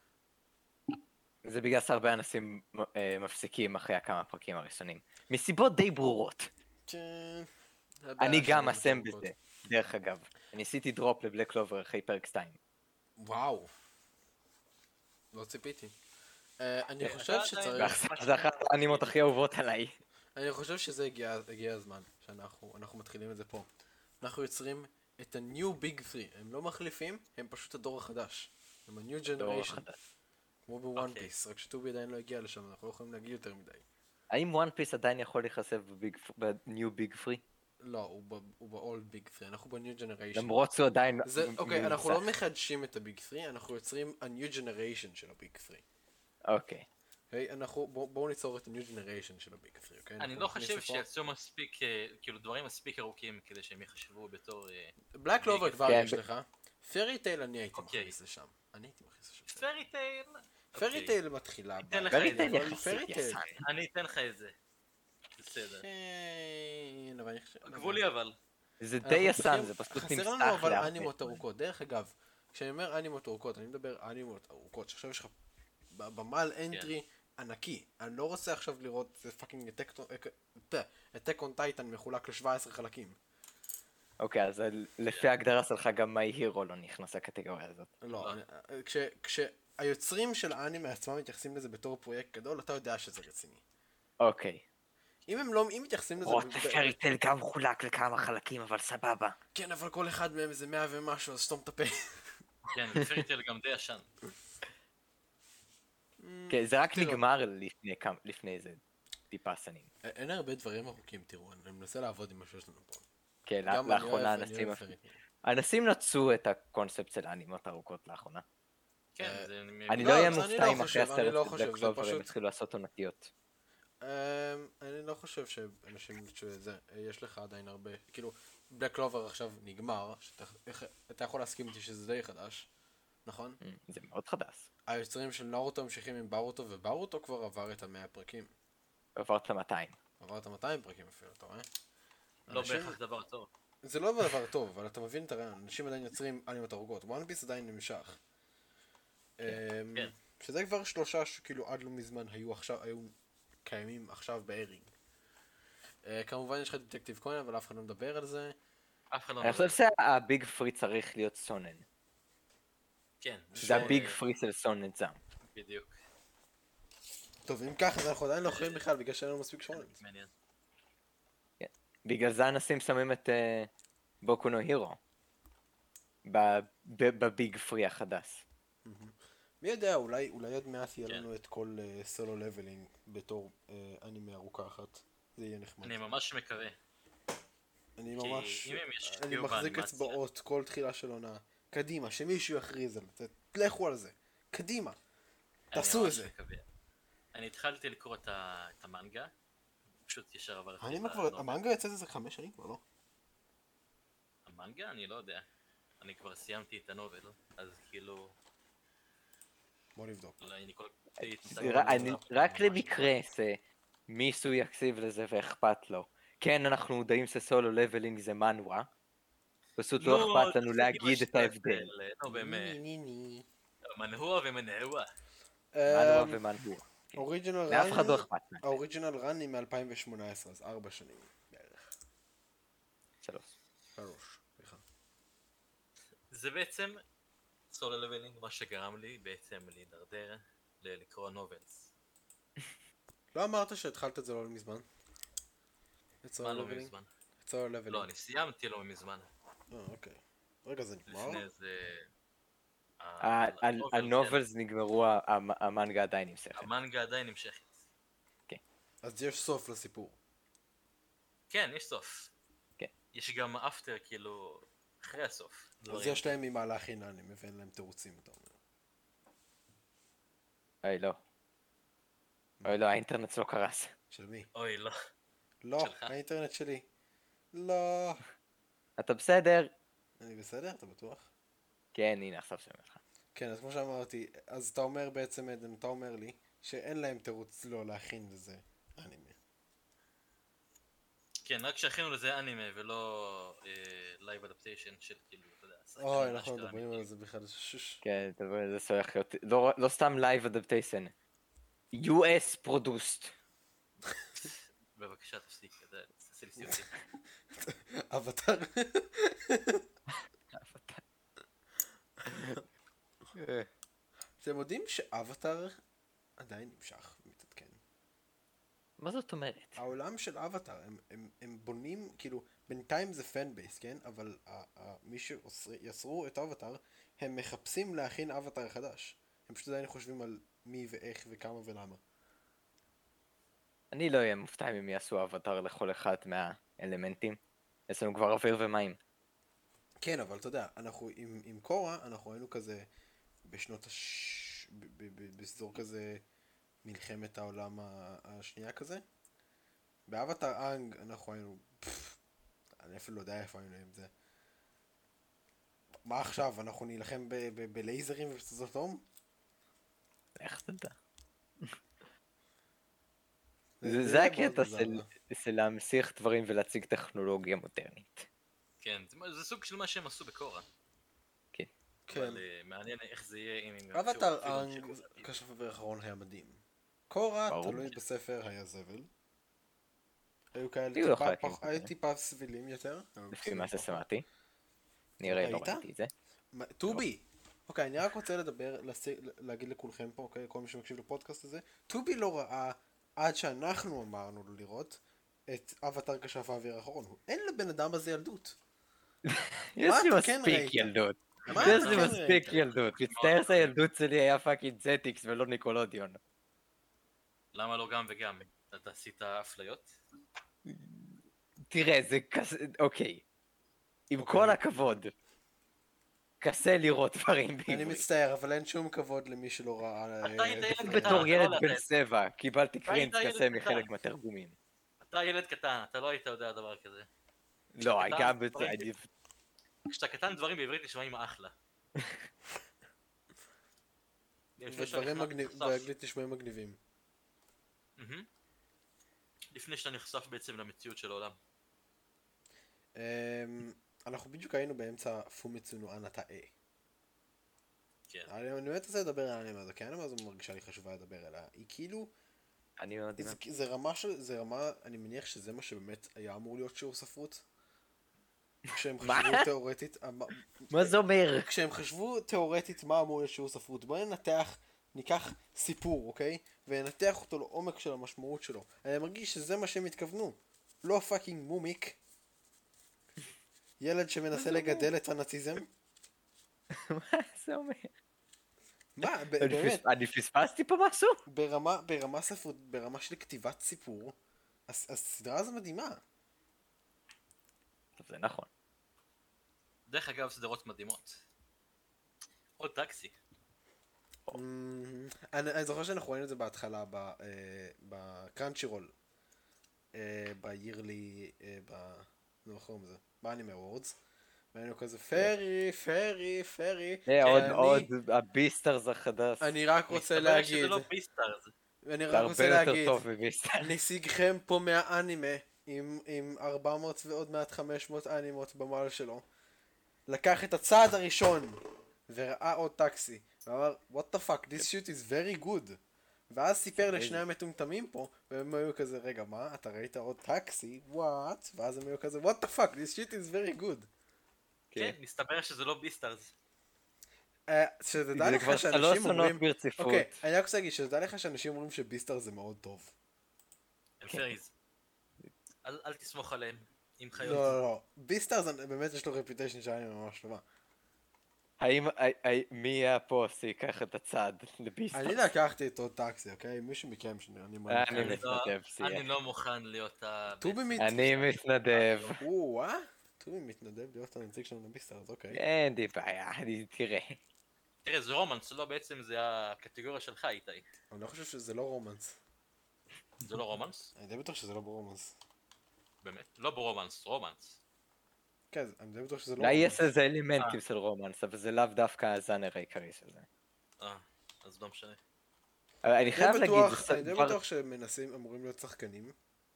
זה בגלל שהרבה אנשים אה, מפסיקים אחרי הכמה פרקים הראשונים. מסיבות די ברורות. כן. אני הבעיה גם שלנו אסם יותר בזה, דרך אגב. אני עשיתי דרופ לבלק קלובר אחרי פרק שתיים. וואו. לא ציפיתי. אה, אני כן, חושב אתה שצריך... עדיין- ועכשיו זה אחת האנימות הכי אהובות עליי. אני חושב שזה הגיע, הגיע הזמן שאנחנו אנחנו מתחילים את זה פה. אנחנו יוצרים את ה-New Big Three. הם לא מחליפים, הם פשוט הדור החדש. הם ה-New דור Generation. חדש. כמו בוואן אוקיי. פיס, רק שטובי עדיין לא הגיע לשם, אנחנו לא יכולים להגיד יותר מדי. האם וואן פיס עדיין יכול להיחשף בניו ביג פרי? לא, הוא ב- הוא ב-Old Big Three, אנחנו ב-New Generation. למרות שהוא עדיין... זה, מ- אוקיי, אנחנו מיוסח. לא מחדשים את ה-Big Three, אנחנו יוצרים ה-New Generation של ה-Big Three. אוקיי. אוקיי, אנחנו, בוא- בואו ניצור את ה-New Generation של ה-Big Three, אוקיי? אני אנחנו לא נכניס חושב לפה- שיעשו מספיק, אה, כאילו דברים מספיק ארוכים כדי שהם יחשבו בתור... אה, בלק קלובר כבר כן, יש ב- לך. פרי טייל אני הייתי אוקיי. מכניס לשם. אני הייתי מכניס לשם. פרי טייל? פרי אוקיי. טייל מתחילה. ניתן לך בה- פרי את טייל זה, אבל יחסית פרי טייל- יסן. אני אתן לך את זה. בסדר. כן, אבל אני חושב... גבולי אבל. זה אנחנו די יסן, צריכים- זה פשוט חסר לנו נמסך אבל להרבה. אנימות ארוכות. דרך אגב, כשאני אומר אנימות ארוכות, אני מדבר אנימות ארוכות, שעכשיו יש לך ב- במעל אנטרי ענקי. אני לא רוצה עכשיו לראות זה פאקינג אטק און טייטן מחולק ל-שבעה עשר חלקים. אוקיי, אז לפי ההגדרה שלך גם מיי הירו לא נכנס לקטגוריה הזאת. לא, אני- כש- כשהיוצרים של האנימה עצמם מתייחסים לזה בתור פרויקט גדול, אתה יודע שזה רציני. אוקיי. אם הם לא, אם מתייחסים לזה... רוט ב- פריטל גם חולק לכמה חלקים, אבל סבבה. כן, אבל כל אחד מהם זה מאה ומשהו, אז סתום את הפה. כן, פרי טייל גם די ישן. כן, זה רק תראו. נגמר לפני כמה- לפני איזה טיפה שנים. אין הרבה דברים ארוכים, תראו, אני מנסה לעבוד עם מה שיש לנו פה. כן, גם אני לאחרונה אוהב- אני אנשים... אוהב פרי טייל. אנשים נטשו את הקונספט של האנימות הארוכות לאחרונה. כן, אה, זה... אני לא, לא אהיה אני לא מופתע אם חושב, אחרי אני הסרט לא של חושב, בלק זה קלובר הם פשוט- יתחילו לעשות עונתיות. אמ, אני לא חושב שאנשים שזה, יש לך עדיין הרבה, כאילו, בלק קלובר עכשיו נגמר, שאתה איך- אתה יכול להסכים איתי שזה די חדש. נכון? Mm, זה מאוד חדש. היוצרים של נארוטו ממשיכים עם בארוטו, ובארוטו כבר עבר את המאה פרקים. עבר את ה-מאתיים. עבר את ה-מאתיים פרקים אפילו, אתה רואה? לא אנשים- בהכרח דבר טוב. זה לא דבר טוב, אבל אתה מבין את הרעיון, אנשים עדיין יוצרים אנימות ארוכות, וואן פיס עדיין נמשך. אמ, כן. שזה כבר שלושה שכאילו עד לא מזמן היו עכשיו, היו קיימים עכשיו בארינג. אה, כמובן יש לך את דטקטיב קוין, אבל אף אחד לא מדבר על זה. אף אחד לא... אני חושב שהביג פרי צריך להיות סונן. כן. שזה הביג פרי של סונן זם. בדיוק. טוב, אם ככה, אז אנחנו עדיין לא יכולים בכלל, בגלל שאין לנו מספיק שונן. מעניין. בגלל זה אנשים שמים את בוקו נו הירו. בביג פרי החדש. מי יודע, אולי, אולי עוד מעט יהיה כן. לנו את כל סולו לבלינג בתור אה, אנימה ארוכה אחת. זה יהיה נחמד. אני ממש מקווה. אני כי ממש, אם הם אני ישקיעו מחזיק באנימציה- אצבעות כל תחילה של עונה. קדימה, שמישהו יכריז על זה. לכו על זה. קדימה. אני תעשו את ממש זה. מקווה. אני התחלתי לקרוא את ה- את המנגה. פשוט ישר עברתי האנימה את כבר, הנובל. המנגה יצא איזה חמש שנים כבר, לא? המנגה? אני לא יודע. אני כבר סיימתי את הנובל, אז כאילו... בוא נבדוק. אולי אני כל... ר- אני- רק למקרה שמישהו יקשיב לזה ואכפת לו. כן, אנחנו מודעים שסולו לבלינג זה מנווה. פשוט לא אכפת לנו להגיד את ההבדל. לא באמת. ני, ני, ני. מנהוע ומנהוע. מנווה אמ, ומנהור. אוריג'ינל לאף אחד לא רן, אכפת להם. האוריג'ינל רן היא מ-אלפיים שמונה עשרה, אז ארבע שנים בערך. שלוש. שלוש, סליחה. זה בעצם סולו לבלינג, מה שגרם לי בעצם להידרדר ל- לקרוא נובלס. לא אמרת שהתחלת את זה לא מזמן? את מה סולו לא לבלינג? מזמן? את סולו לבלינג. לא, אני סיימתי לא מזמן. אה, אוקיי. רגע, זה נגמר? לפני זה... ה- ה- הנובלס נגמרו, המ- המנגה עדיין נמשכת. המנגה עדיין נמשכת. אז יש סוף לסיפור. כן, יש סוף. כן. יש גם אפטר, כאילו, אחרי הסוף. אז דברים. יש להם ממה להכין אנימה ואין להם תירוצים, אתה אומר. אוי לא. אוי לא, האינטרנט לא קרס. של מי? אוי, לא. לא, שלך. האינטרנט שלי. לא. אתה בסדר? אני בסדר? אתה בטוח? כן, הנה עכשיו שומע לך. כן, אז כמו שאמרתי, אז אתה אומר בעצם, עדן, אתה אומר לי, שאין להם תירוץ לא להכין לזה אנימה. כן, רק שהכינו לזה אנימה ולא לייב אדפטיישן של כאילו, אתה יודע, שחקנים אוי, אנחנו אשכרה מדברים אמיתיים. על זה בכלל, שוש. כן, אתה רואה, זה סולח להיות, לא לא סתם לייב אדפטיישן. יו אס produced. בבקשה תפסיק, אתה יודע, תעשה לי סיוטים. אבטר. אתם יודעים שאבטר עדיין נמשך ומתעדכן. מה זאת אומרת? העולם של אבטר, הם, הם, הם בונים, כאילו, בינתיים זה פן בייס, כן? אבל ה, ה, מי שיצרו את אבטר, הם מחפשים להכין אבטר חדש. הם פשוט עדיין חושבים על מי ואיך וכמה ולמה. אני לא אהיה מופתע אם הם יעשו אבטר לכל אחד מהאלמנטים. יש לנו כבר אוויר ומים. כן, אבל אתה יודע, אנחנו עם, עם קורה, אנחנו היינו כזה בשנות הש... ב- ב- ב- באזור כזה מלחמת העולם ה- השנייה כזה. באבטר אנג אנחנו היינו... פפ, אני אפילו לא יודע איפה היינו עם זה. מה עכשיו, אנחנו נילחם ב- ב- בלייזרים ובפצצות אטום? איך תדע? זה- זה זה זה מאוד הקטע מוזר, של- אה? של להמשיך דברים ולהציג טכנולוגיה מודרנית. כן, זה- זה סוג של מה שהם עשו בקורה. כן. כן. אבל אה, מעניין איך זה יהיה אם הם... אבטר אפילו אנג, ימשיכו לעתיד. כשף האחרון היה מדהים. קורה, ברור. תלוי בספר, היה זבל. היו כאלה היו לו טיפה, חלקים פח- טובים. היו טיפה סבילים יותר. אבל לפי בסדר, מה פחות. ששמעתי. נראה לא ראית? ראיתי את זה. מה- טובי! אוקיי, אני רק רוצה לדבר, להשיג- להגיד לכולכם פה, אוקיי, כל מי שמקשיב לפודקאסט הזה, טובי לא ראה, עד שאנחנו אמרנו לו לראות, את אבטר כשף האוויר האחרון. הוא- אין לבן אדם הזה ילדות. יש לי אתה כן מספיק ראית? ילדות. מה יש אתה לי כן מספיק ראית? ילדות. מצטער שהילדות שלי היה פאקינג זטיקס ולא ניקולודיון. למה לא גם וגם? אתה עשית אפליות? תראה, זה כזה, אוקיי. עם אוקיי. כל הכבוד. קשה לראות דברים אני בעברית. מצטער, אבל אין שום כבוד למי שלא ראה... אתה היית אה, ילד דפלר. בתור אתה ילד לא בן לדעת. שבע, קיבלתי אתה היית קרינץ ילד קשה קטן. מחלק מהתרגומים. אתה ילד קטן, אתה לא היית יודע דבר כזה. לא, כשקטן, גם דברים- בזה, כשאתה קטן דברים בעברית נשמעים אחלה. לפני שאתה ודברים נחשף- מגניב- נחשף- באנגלית נשמעים מגניבים. מהמם. לפני שאתה נחשף בעצם למציאות של העולם. אמ, אנחנו בדיוק היינו באמצע פומיצו נו אנטאe. כן. אני אני באמת רוצה לדבר על האנימה הזו, כי האנימה הזו מרגישה לי חשובה לדבר עליה. היא כאילו, אני לא יודע. זה, זה רמה של, זה רמה, אני מניח שזה מה שבאמת היה אמור להיות שיעור ספרות. כשהם מה? חשבו תיאורטית, המ- מה זה אומר? כשהם חשבו תיאורטית מה אמור להיות שיעור ספרות, בואו ננתח, ניקח סיפור, אוקיי? וננתח אותו לעומק של המשמעות שלו. אני מרגיש שזה מה שהם התכוונו. לא פאקינג מומיק. ילד שמנסה לגדל את הנאציזם. מה זה אומר? מה, ב- אני באמת, פס- אני פספסתי פה משהו? ברמה, ברמה ספרות, ברמה של כתיבת סיפור, הס- הסדרה הזו מדהימה. טוב, זה נכון. דרך אגב, סדרות מדהימות. עוד טקסי. אמ, אני אני זוכר שאנחנו ראינו את זה בהתחלה בקראנצ'י רול. ב-yearly, ב... לא איך קוראים לזה? באנימה וורדס. והיינו כזה פרי, פרי, פרי. אה, עוד, ואני- עוד, הביסטרס החדש. אני רק רוצה מסתבר להגיד, שזה לא ביסטארס. אני זה רק הרבה רוצה יותר להגיד, טוב מביסטרס. נסיגכם פה מהאנימה, עם, עם ארבע מאות ועוד מעט חמש מאות אנימות במעל שלו, לקח את הצעד הראשון, וראה עוד טקסי, ואמר, what the fuck, this shit is very good. ואז סיפר לשני המטומטמים פה, והם היו כזה, רגע, מה, אתה ראית עוד טקסי? what? ואז הם היו כזה, what the fuck, this shit is very good. כן, מסתבר שזה לא ביסטארס. אה, שתדע זה לך כבר שאנשים שלוש עונות אומרים, ברציפות. אוקיי, אני רק רוצה להגיד שתדע לך שאנשים אומרים שביסטר זה מאוד טוב. הם פריז. אל אל תסמוך עליהם. עם לא, חיות. לא, לא, ביסטר זה באמת יש לו רפיטיישן שאני ממש טובה. האם, הי- הי- מי יהיה פה שיקח את הצעד לביסטרס? אני לקחתי את עוד טקסי, אוקיי? מישהו מכם שנראה לי מה אני נקרא. מתנדב, סייע. אני לא מוכן להיות ה... טובי מת... אני מתנדב. או, אה? טובי מתנדב להיות הנציג שלנו לביסטר, אז אוקיי. אין לי בעיה, אני תראה. תראה, זה רומנס, לא בעצם זה הקטגוריה שלך, איתי. אני לא חושב שזה לא רומנס. זה לא רומנס? אני די בטוח שזה לא ברומנס. באמת. לא ברומנס, רומנס. כן, אני די בטוח שזה לא אולי יש רומנס. לזה אלמנטים של רומנס, אבל זה לאו דווקא הז'אנר העיקרי של זה. אה, אז לא משנה. אבל אני אני חייב די להגיד, בטוח- זה אני די דבר- בטוח שמנסים, אמורים להיות שחקנים.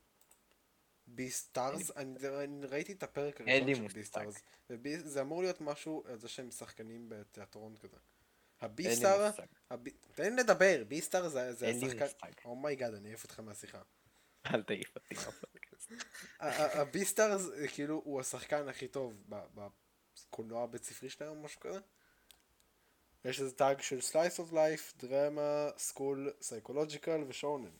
ביסטארס, אני אני ראיתי את הפרק אין לי הראשון של מושג. ביסטארס. וזה אמור להיות משהו על זה שהם שחקנים בתיאטרון כזה. אין לי הביסטאר, מושג. הב- תן לי לדבר, ביסטאר זה זה אין לי השחקן, מושג. אומייגאד אני אעיף אותך מהשיחה. אל תעיף אותי מהפודקאסט. ה- ה- הביסטאר זה כאילו הוא השחקן הכי טוב ב- בקולנוע הבית ספרי שלהם או משהו כזה. יש איזה טאג של slice of life, דרמה, סקול, סייקולוג'יקל ושונן.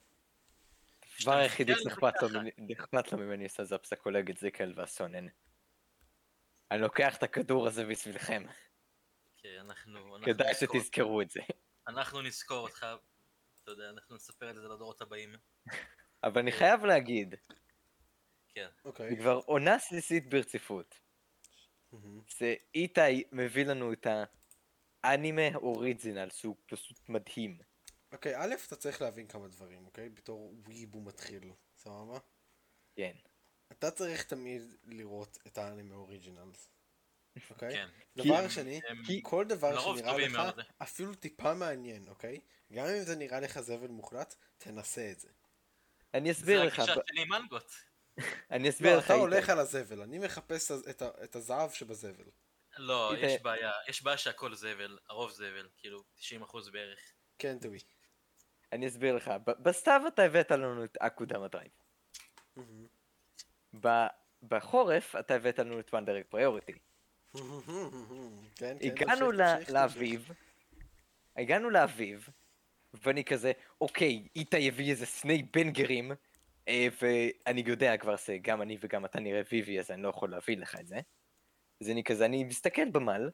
הדבר היחידי מסתכל שאכפת לו ככה. ממני- אכפת לו ממני זה הפסקולוגית זיקל והסונן. אני לוקח את הכדור הזה בשבילכם. כן, אנחנו... אנחנו כדאי נזכור- שתזכרו את זה. אנחנו נזכור אותך. אתה יודע, אנחנו נספר את זה לדורות הבאים. אבל אני חייב להגיד, כן. אוקיי. זה כבר עונה שלישית ברציפות. מהמם. זה איתי מביא לנו את האנימה אוריג'ינל שהוא פשוט מדהים. אוקיי, א', אתה צריך להבין כמה דברים, אוקיי? בתור וויבו מתחיל, סבבה? כן. אתה צריך תמיד לראות את האנימה אוריג'ינלס, אוקיי? כן. דבר כי- שני, הם כל דבר לרוב שנראה טובים לך מאוד. אפילו טיפה מעניין, אוקיי? גם אם זה נראה לך זבל מוחלט, תנסה את זה. אני זה אסביר לך, הגישה ב- שלי עם מנגות. אני אסביר לא, לך אתה איתי. הולך על הזבל, אני מחפש את ה- את הזהב שבזבל. לא, איתי- יש בעיה. יש בעיה שהכל זבל, הרוב זבל, כאילו תשעים אחוז בערך. כן, טובי. אני אסביר לך, ב- בסתיו אתה הבאת לנו את אקודמה דרייב. מהמם. ב- בחורף אתה הבאת לנו את וונדרינג פריוריטי. כן, כן, הגענו תמשיך, ל- תמשיך, לאביב, הגענו לאביב, ואני כזה, אוקיי, איתי הביא איזה שני בנגרים, אה, ואני יודע כבר שגם אני וגם אתה נראה ויבי, אז אני לא יכול להביא לך את זה. אז אני כזה, אני מסתכל במל,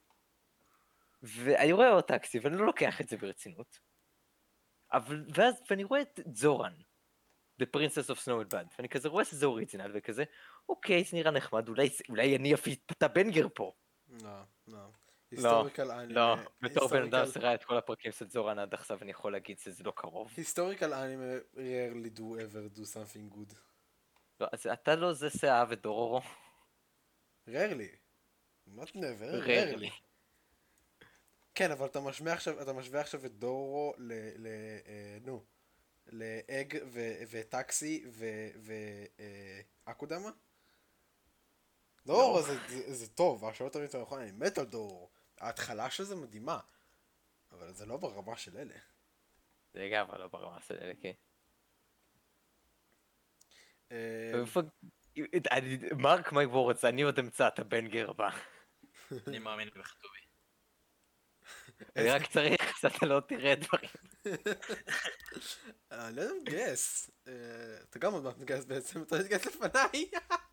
ואני רואה עוד טקסי, ואני לא לוקח את זה ברצינות. אבל, ואז, ואני רואה את זורן, The Princess of Snow and Bud, ואני כזה רואה שזה אוריג'ינל, וכזה, אוקיי, זה נראה נחמד, אולי, אולי אני אביא את הבנגר פה. לא, לא. לא, היסטוריקל אנימה. לא, בתור בן אדם היסטוריקל- שראה את כל הפרקים של זורן עד עכשיו, אני יכול להגיד שזה לא קרוב. היסטוריקל אנימה rarely do ever do something good. לא, אז אתה לא זה שאהב את דורורו? rarely. not never, ררלי. rarely. כן, אבל אתה משווה עכשיו, אתה משווה עכשיו את דורו ל... ל... אה, נו. לאג ו- וטקסי ואקודמה? דורו לא. זה, זה, זה טוב, ההשוואות תמיד יותר נכון, אני מת על דורו. ההתחלה של זה מדהימה, אבל זה לא ברמה של אלה. זה גם אבל לא ברמה של אלה, כן. אה, איפה- אני- מרק מי וורדס, אני עוד אמצא את הבנגר הבא. אני מאמין בך טובי. אני רק צריך שאתה לא תראה דברים. אני לא יודע אם מתגייס. אה, אתה גם עוד מעט מתגייס בעצם, אתה מתגייס לפניי.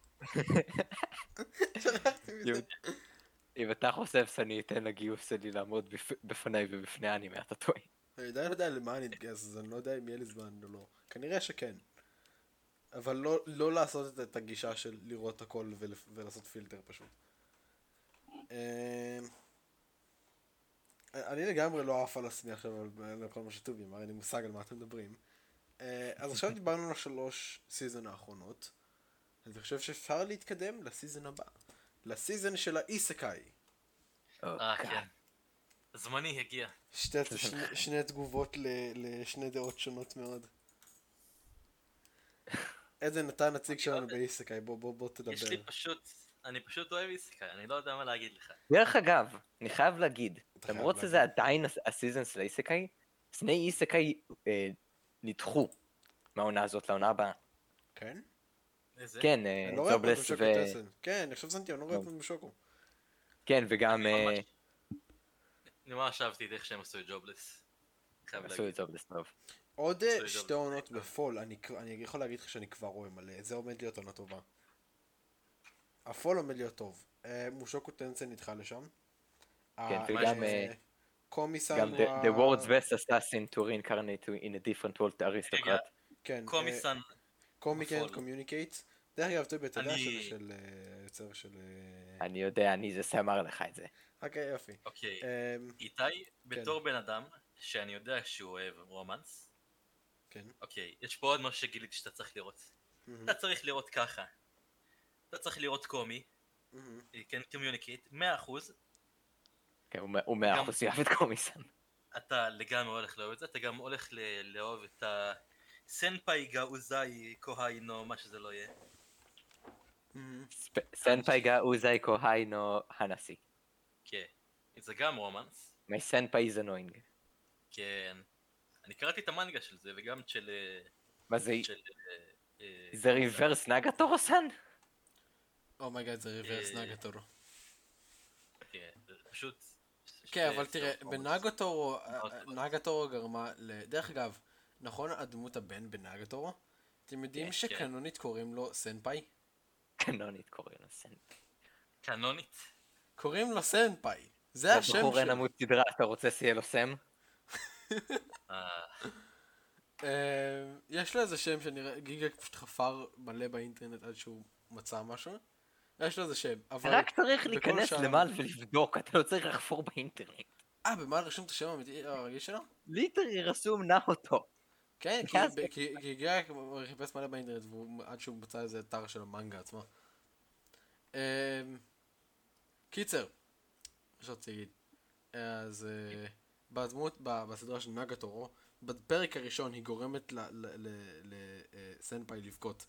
שכחתי מזה. אם אתה חושף שאני אתן לגיוס שלי לעמוד בפ- בפניי ובפני האנימה, אתה טועה. אני עדיין לא יודע למה אני אתגייס, אז אני לא יודע אם יהיה לי זמן או לא. כנראה שכן. אבל לא, לא לעשות את, את הגישה של לראות הכל ולפ, ולעשות פילטר פשוט. אה, אני לגמרי לא עף על עצמי עכשיו על כל מה שטובי אמר, אין לי מושג על מה אתם מדברים. אה, אז עכשיו דיברנו על השלוש סיזון האחרונות. אני חושב שאפשר להתקדם לסיזון הבא. לסיזון של האיסקאי. אה, כן. זמני הגיע. שתי, שני, שני תגובות ל, לשני דעות שונות מאוד. עדן, אתה הנציג שלנו באיסקאי, בוא, בוא, בוא תדבר. יש לי פשוט, אני פשוט אוהב איסקאי, אני לא יודע מה להגיד לך. דרך אגב, אני חייב להגיד, חייב למרות להגיד. שזה עדיין הס- הסיזון של האיסקאי, שני איסקאי אה, נדחו מהעונה הזאת לעונה הבאה. כן? איזה? כן, אה, אני לא רואה פה את זובלס משוקו ו... טסן. כן, אני עכשיו שמתי, אני לא רואה פה את משוקו. כן, וגם אני אה, ממש- אני ממש אהבתי את איך שהם עשו את ג'ובלס. חייב עשו להגיד. את זובלס טוב. עוד אה, עשו את שתי זה. עונות בפול, אני כ- אני יכול להגיד לך שאני כבר רואה מלא, זה עומד להיות עונה טובה. הפול עומד להיות טוב. אה, מושוקו טנסן נדחה לשם. כן, אה, וגם, אה, אה, קומי-סן גם הוא the, ה- the world's best assassin to reincarnate in a different world אריסטוקרט. כן, קומיסן, קומי קן בפול. קומיוניקייט. דרך אגב, טובי, אתה יודע אני- שזה של אה, יוצר של... אה, אני יודע, אני זה שאמר לך את זה. אוקיי, יופי. אוקיי. אמ, איתי, בתור בן אדם שאני יודע שהוא אוהב רומנס, כן. אוקיי, יש פה עוד משהו שגיליתי שאתה צריך לראות. אתה צריך לראות ככה. אתה צריך לראות קומי, מהמם. כן, קומיוניקייט, מאה אחוז, כן, הוא מ- הוא מאה אחוז יאהב את קומיסן. אתה לגמרי הולך לאהוב את זה, אתה גם הולך ל- לאהוב את הסנפאי גאוזאי קוהיינו, מה שזה לא יהיה. מהמם. ספ- סנפאי גא אוזאי קוהיינו הנשיא. כן, זה גם רומנס, My senpai is annoying. כן. אני קראתי את המנגה של זה, וגם של... מה זה, של... אה, זה ריברס נגטורו-סן? אומייגאד, זה ריברס אה, נגטורו. כן, זה פשוט... כן, שתי אבל תראה, סדרות רומנס. בנגטורו, מאוד טובות. נגטורו גרמה ל... דרך אגב, נכון הדמות הבן בנגטורו? אתם יודעים כן, שקנונית קוראים לו סנפאי? קנונית קוראים לו סנפאי. קנונית? קוראים לו סנפאי. זה השם בחור אין שלו. עמוד סדרה, אתה רוצה שיהיה לו סם? אה, אה, יש לו איזה שם שנראה, גיגה פשוט חפר מלא באינטרנט עד שהוא מצא משהו. יש לו איזה שם, אבל... רק צריך בכל להיכנס שאר- למעל ולבדוק, אתה לא צריך לחפור באינטרנט. אה, במה רשום את השם האמיתי הרגיש שלו? ליטרי רשום נאוטו. כן, כי- אז- ב- כי כי גיגה חיפש מלא באינטרנט והוא- עד שהוא מצא איזה אתר של המנגה עצמה. אה, קיצר, מה שרציתי להגיד. אז אה, בדמות, ב- בסדרה של נגטורו, בפרק הראשון היא גורמת לסנפאי לבכות.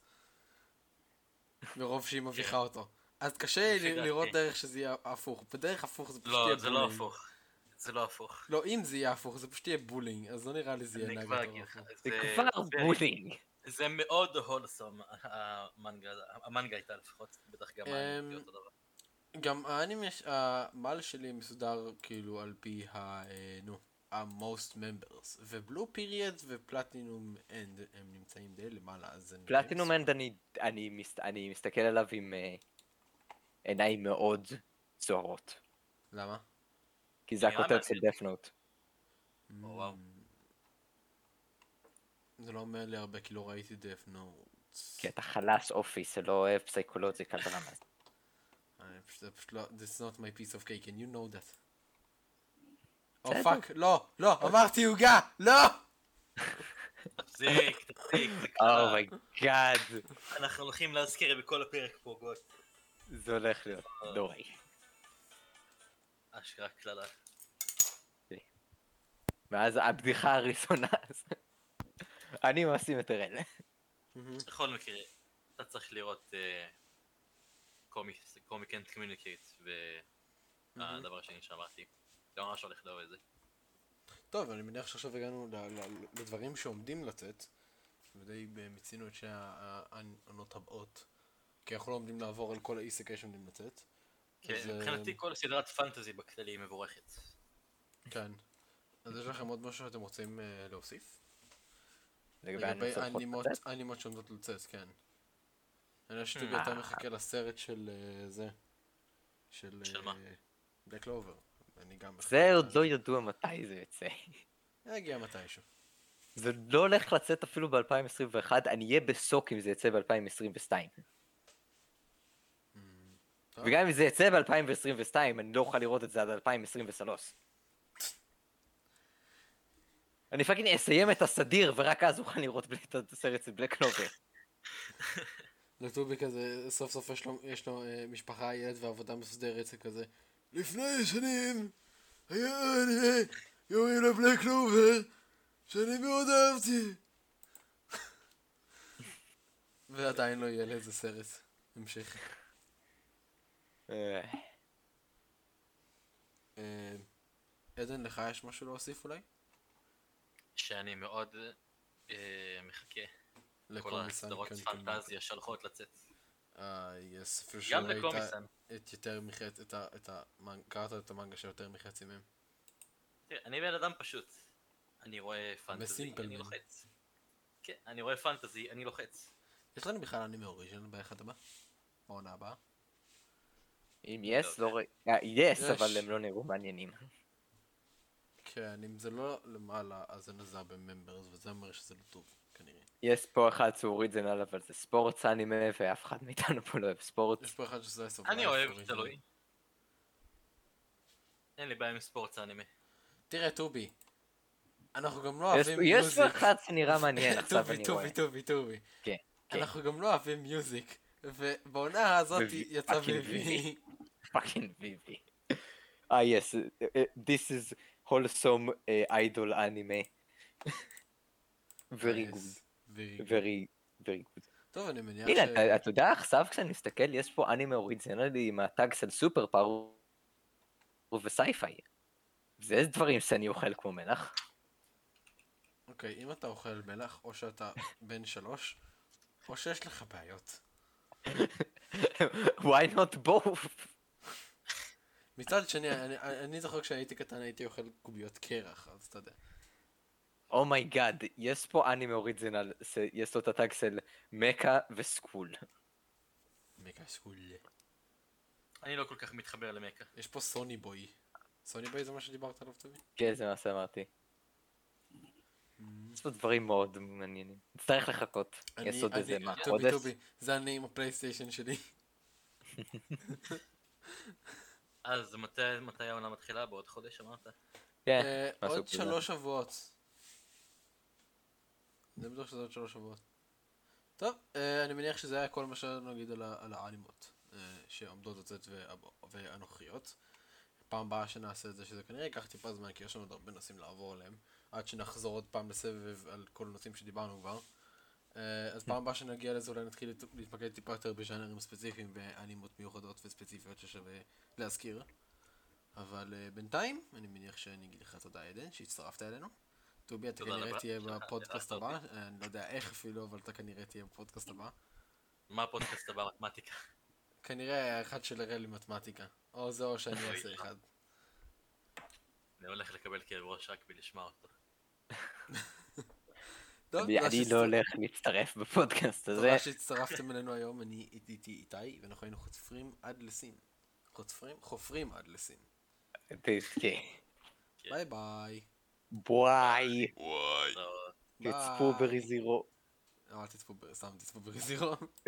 מרוב שהיא מביכה אותו. אז קשה לי מביכה, לראות כן. דרך שזה יהיה הפוך. בדרך הפוך זה פשוט לא, יהיה זה לא בולינג. הפוך. זה לא הפוך. לא, אם זה יהיה הפוך זה פשוט יהיה בולינג, אז לא נראה לי זה יהיה אני כבר נגטורו אגיד לך. הפוך. זה זה- כבר זה- בולינג. זה מאוד הולסום, המנגה, המנגה הייתה לפחות, בטח גם אמ, האנימה אותו דבר. גם האנימה, המעל שלי מסודר כאילו על פי ה... אה, נו, ה-most members, ובלו פיריד ופלטינום אנד הם נמצאים די למעלה, אז אני... פלטינום אנד אני- אני מס- אני מסתכל עליו עם אה, עיניים מאוד סוערות. למה? כי זה נראה הכותרת של מעניין. דף נוט. וואו. זה לא אומר לי הרבה כי לא ראיתי דף נוטס. כי אתה חלש אופיס, אתה לא אוהב פסייקולוג'יקל ברמה הזאת. זה פשוט לא, that's not my piece of cake and you know that. או בסדר. פאק, לא, לא, אמרתי עוגה, לא! תפסיק, תפסיק, זה Oh קרה. אומייגאד. אנחנו הולכים להזכיר בכל הפרק פה, גוי. זה הולך להיות נוראי. אשכרה קללה. ואז הבדיחה הראשונה, אז אני עושים את אראל. מהמם. בכל מקרה, אתה צריך לראות קומיק אנד קומיוניקייט, והדבר השני שאמרתי. אתה ממש הולך לאהוב את זה. טוב, אני מניח שעכשיו הגענו ל- ל- לדברים שעומדים לצאת, ודי מיצינו את שתי העונות הבאות, כי אנחנו לא עומדים לעבור על כל האיסקי שעומדים לצאת. כן, אז, אה, מבחינתי כל סדרת פנטזי בכללי היא מבורכת. כן. אז יש לכם עוד משהו שאתם רוצים אה, להוסיף? לגבי לגבי הנושא האנימות, לצאת? האנימות שעומדות לצאת, כן. אני יודע שטובי אה. אתה מחכה לסרט של אה, זה. של... של מה? בלק קלובר. אני גם מחכה. זה עוד לזה. לא ידוע מתי זה יוצא. יגיע מתישהו. זה לא הולך לצאת אפילו ב-אלפיים עשרים ואחת, אני אהיה בסוק אם זה יצא ב-אלפיים עשרים ושתיים. טוב. וגם אם זה יצא ב-אלפיים עשרים ושתיים, אני לא אוכל לראות את זה עד אלפיים עשרים ושלוש. אני פאקינג אסיים את הסדיר, ורק אז אוכל לראות את הסרט של בלק קלובר. לטובי כזה, סוף סוף יש לו, יש לו אה, משפחה, ילד ועבודה מסודרת, זה כזה. לפני שנים היה אני יורים לבלק קלובר שאני מאוד אהבתי. ועדיין לא יהיה לאיזה סרט. המשך. אה, אה, עדן, לך יש משהו להוסיף אולי? שאני מאוד אה, מחכה כל לקומיסן, הסדרות כן, פנטזיה שהולכות לצאת. אה, יס, אפילו גם שראית לקומיסן. את יותר מחצי, את ה... את ה... מנ- קראת את המנגה של יותר מחצי מהם. תראה, אני בן אדם פשוט. אני רואה פנטזי, וסימפל אני מן. לוחץ. כן, אני רואה פנטזי, אני לוחץ. יש לנו בכלל אנימי אוריג'ינל באחד הבא? בעונה הבאה? אם יס, לא לא רואה... אה, יס, יש. אבל הם לא נראו מעניינים. כן, אם זה לא למעלה, אז זה נזר בממברס, וזה אומר שזה לא טוב, כנראה. יש פה אחד שהוא אוריג'ינל, אבל זה ספורט אנימה, ואף אחד מאיתנו פה לא אוהב ספורט. יש פה אחד שזה סוף. אני אוהב, תלוי. אין לי בעיה עם ספורט אנימה. תראה, טובי, אנחנו גם לא יש אוהבים יש מיוזיק. פה אחד שנראה מעניין, עכשיו טובי, אני רואה. טובי, טובי, טובי. כן, כן. אנחנו גם לא אוהבים מיוזיק, ובעונה הזאת ו- יצא פאקינג ביבי. ויבי. פאקינג ויבי. אה, יס, this is wholesome uh, idol anime. very good, very, very good. טוב, אני מניח הנה, ש... אתה- אתה יודע, עכשיו כשאני מסתכל, יש פה אנימה אוריג'ינלי עם הטאג של סופר פאור וסייפיי. זה איזה דברים שאני אוכל כמו מלח. אוקיי, אם אתה אוכל מלח, או שאתה בן שלוש, או שיש לך בעיות. why not both? מצד שני, אני, אני זוכר כשהייתי קטן הייתי אוכל קוביות קרח, אז אתה יודע. אומייגאד, יש פה אנימה אוריג'ינל, יש לו את הטאג של מקה וסקול. מקה סקול. אני לא כל כך מתחבר למקה. יש פה סוני בוי. סוני בוי זה מה שדיברת עליו, טובי? כן, זה מה שאמרתי. יש פה דברים מאוד מעניינים. נצטרך לחכות. יש עוד איזה מה, טובי, חודש? טובי, זה אני עם הפלייסטיישן שלי. אז מתי מתי העונה מתחילה? בעוד חודש אמרת? כן, אה, משהו עוד כזה. שלוש שבועות. אני בטוח שזה עוד שלוש שבועות. טוב, אה, אני מניח שזה היה כל מה שאני אגיד על ה- על האנימות אה, שעומדות לצאת והב- והנוכחיות. פעם הבאה שנעשה את זה, שזה כנראה ייקח טיפה זמן, כי יש לנו עוד הרבה נושאים לעבור עליהם, עד שנחזור עוד פעם לסבב על כל הנושאים שדיברנו כבר. אה, אז פעם הבאה שנגיע לזה אולי נתחיל להת- להתמקד טיפה יותר בז'אנרים ספציפיים ואנימות מיוחדות וספציפיות ששווה להזכיר. אבל uh, בינתיים, אני מניח שאני אגיד לך תודה עדן, שהצטרפת אלינו. טובי, אתה תודה כנראה רבה. תהיה שלך, בפודקאסט אירחת הבא, אותי. אני לא יודע איך אפילו, אבל אתה כנראה תהיה בפודקאסט הבא. מה הפודקאסט הבא? מתמטיקה. כנראה אחד של הראל עם מתמטיקה, או זה או שאני אוי, אעשה לא. אחד. אני הולך לקבל כאב ראש רק בלשמוע אותו. טוב, אני תודה אני שהצטר- לא הולך להצטרף בפודקאסט הזה. תודה שהצטרפתם אלינו היום, אני איתי איתי, ואנחנו היינו חופרים עד לסין. חופרים? חופרים עד לסין. כן. ביי ביי. בואי. לא. תצפו בריזירו. אל תצפו, ב- סתם תצפו בריזירו.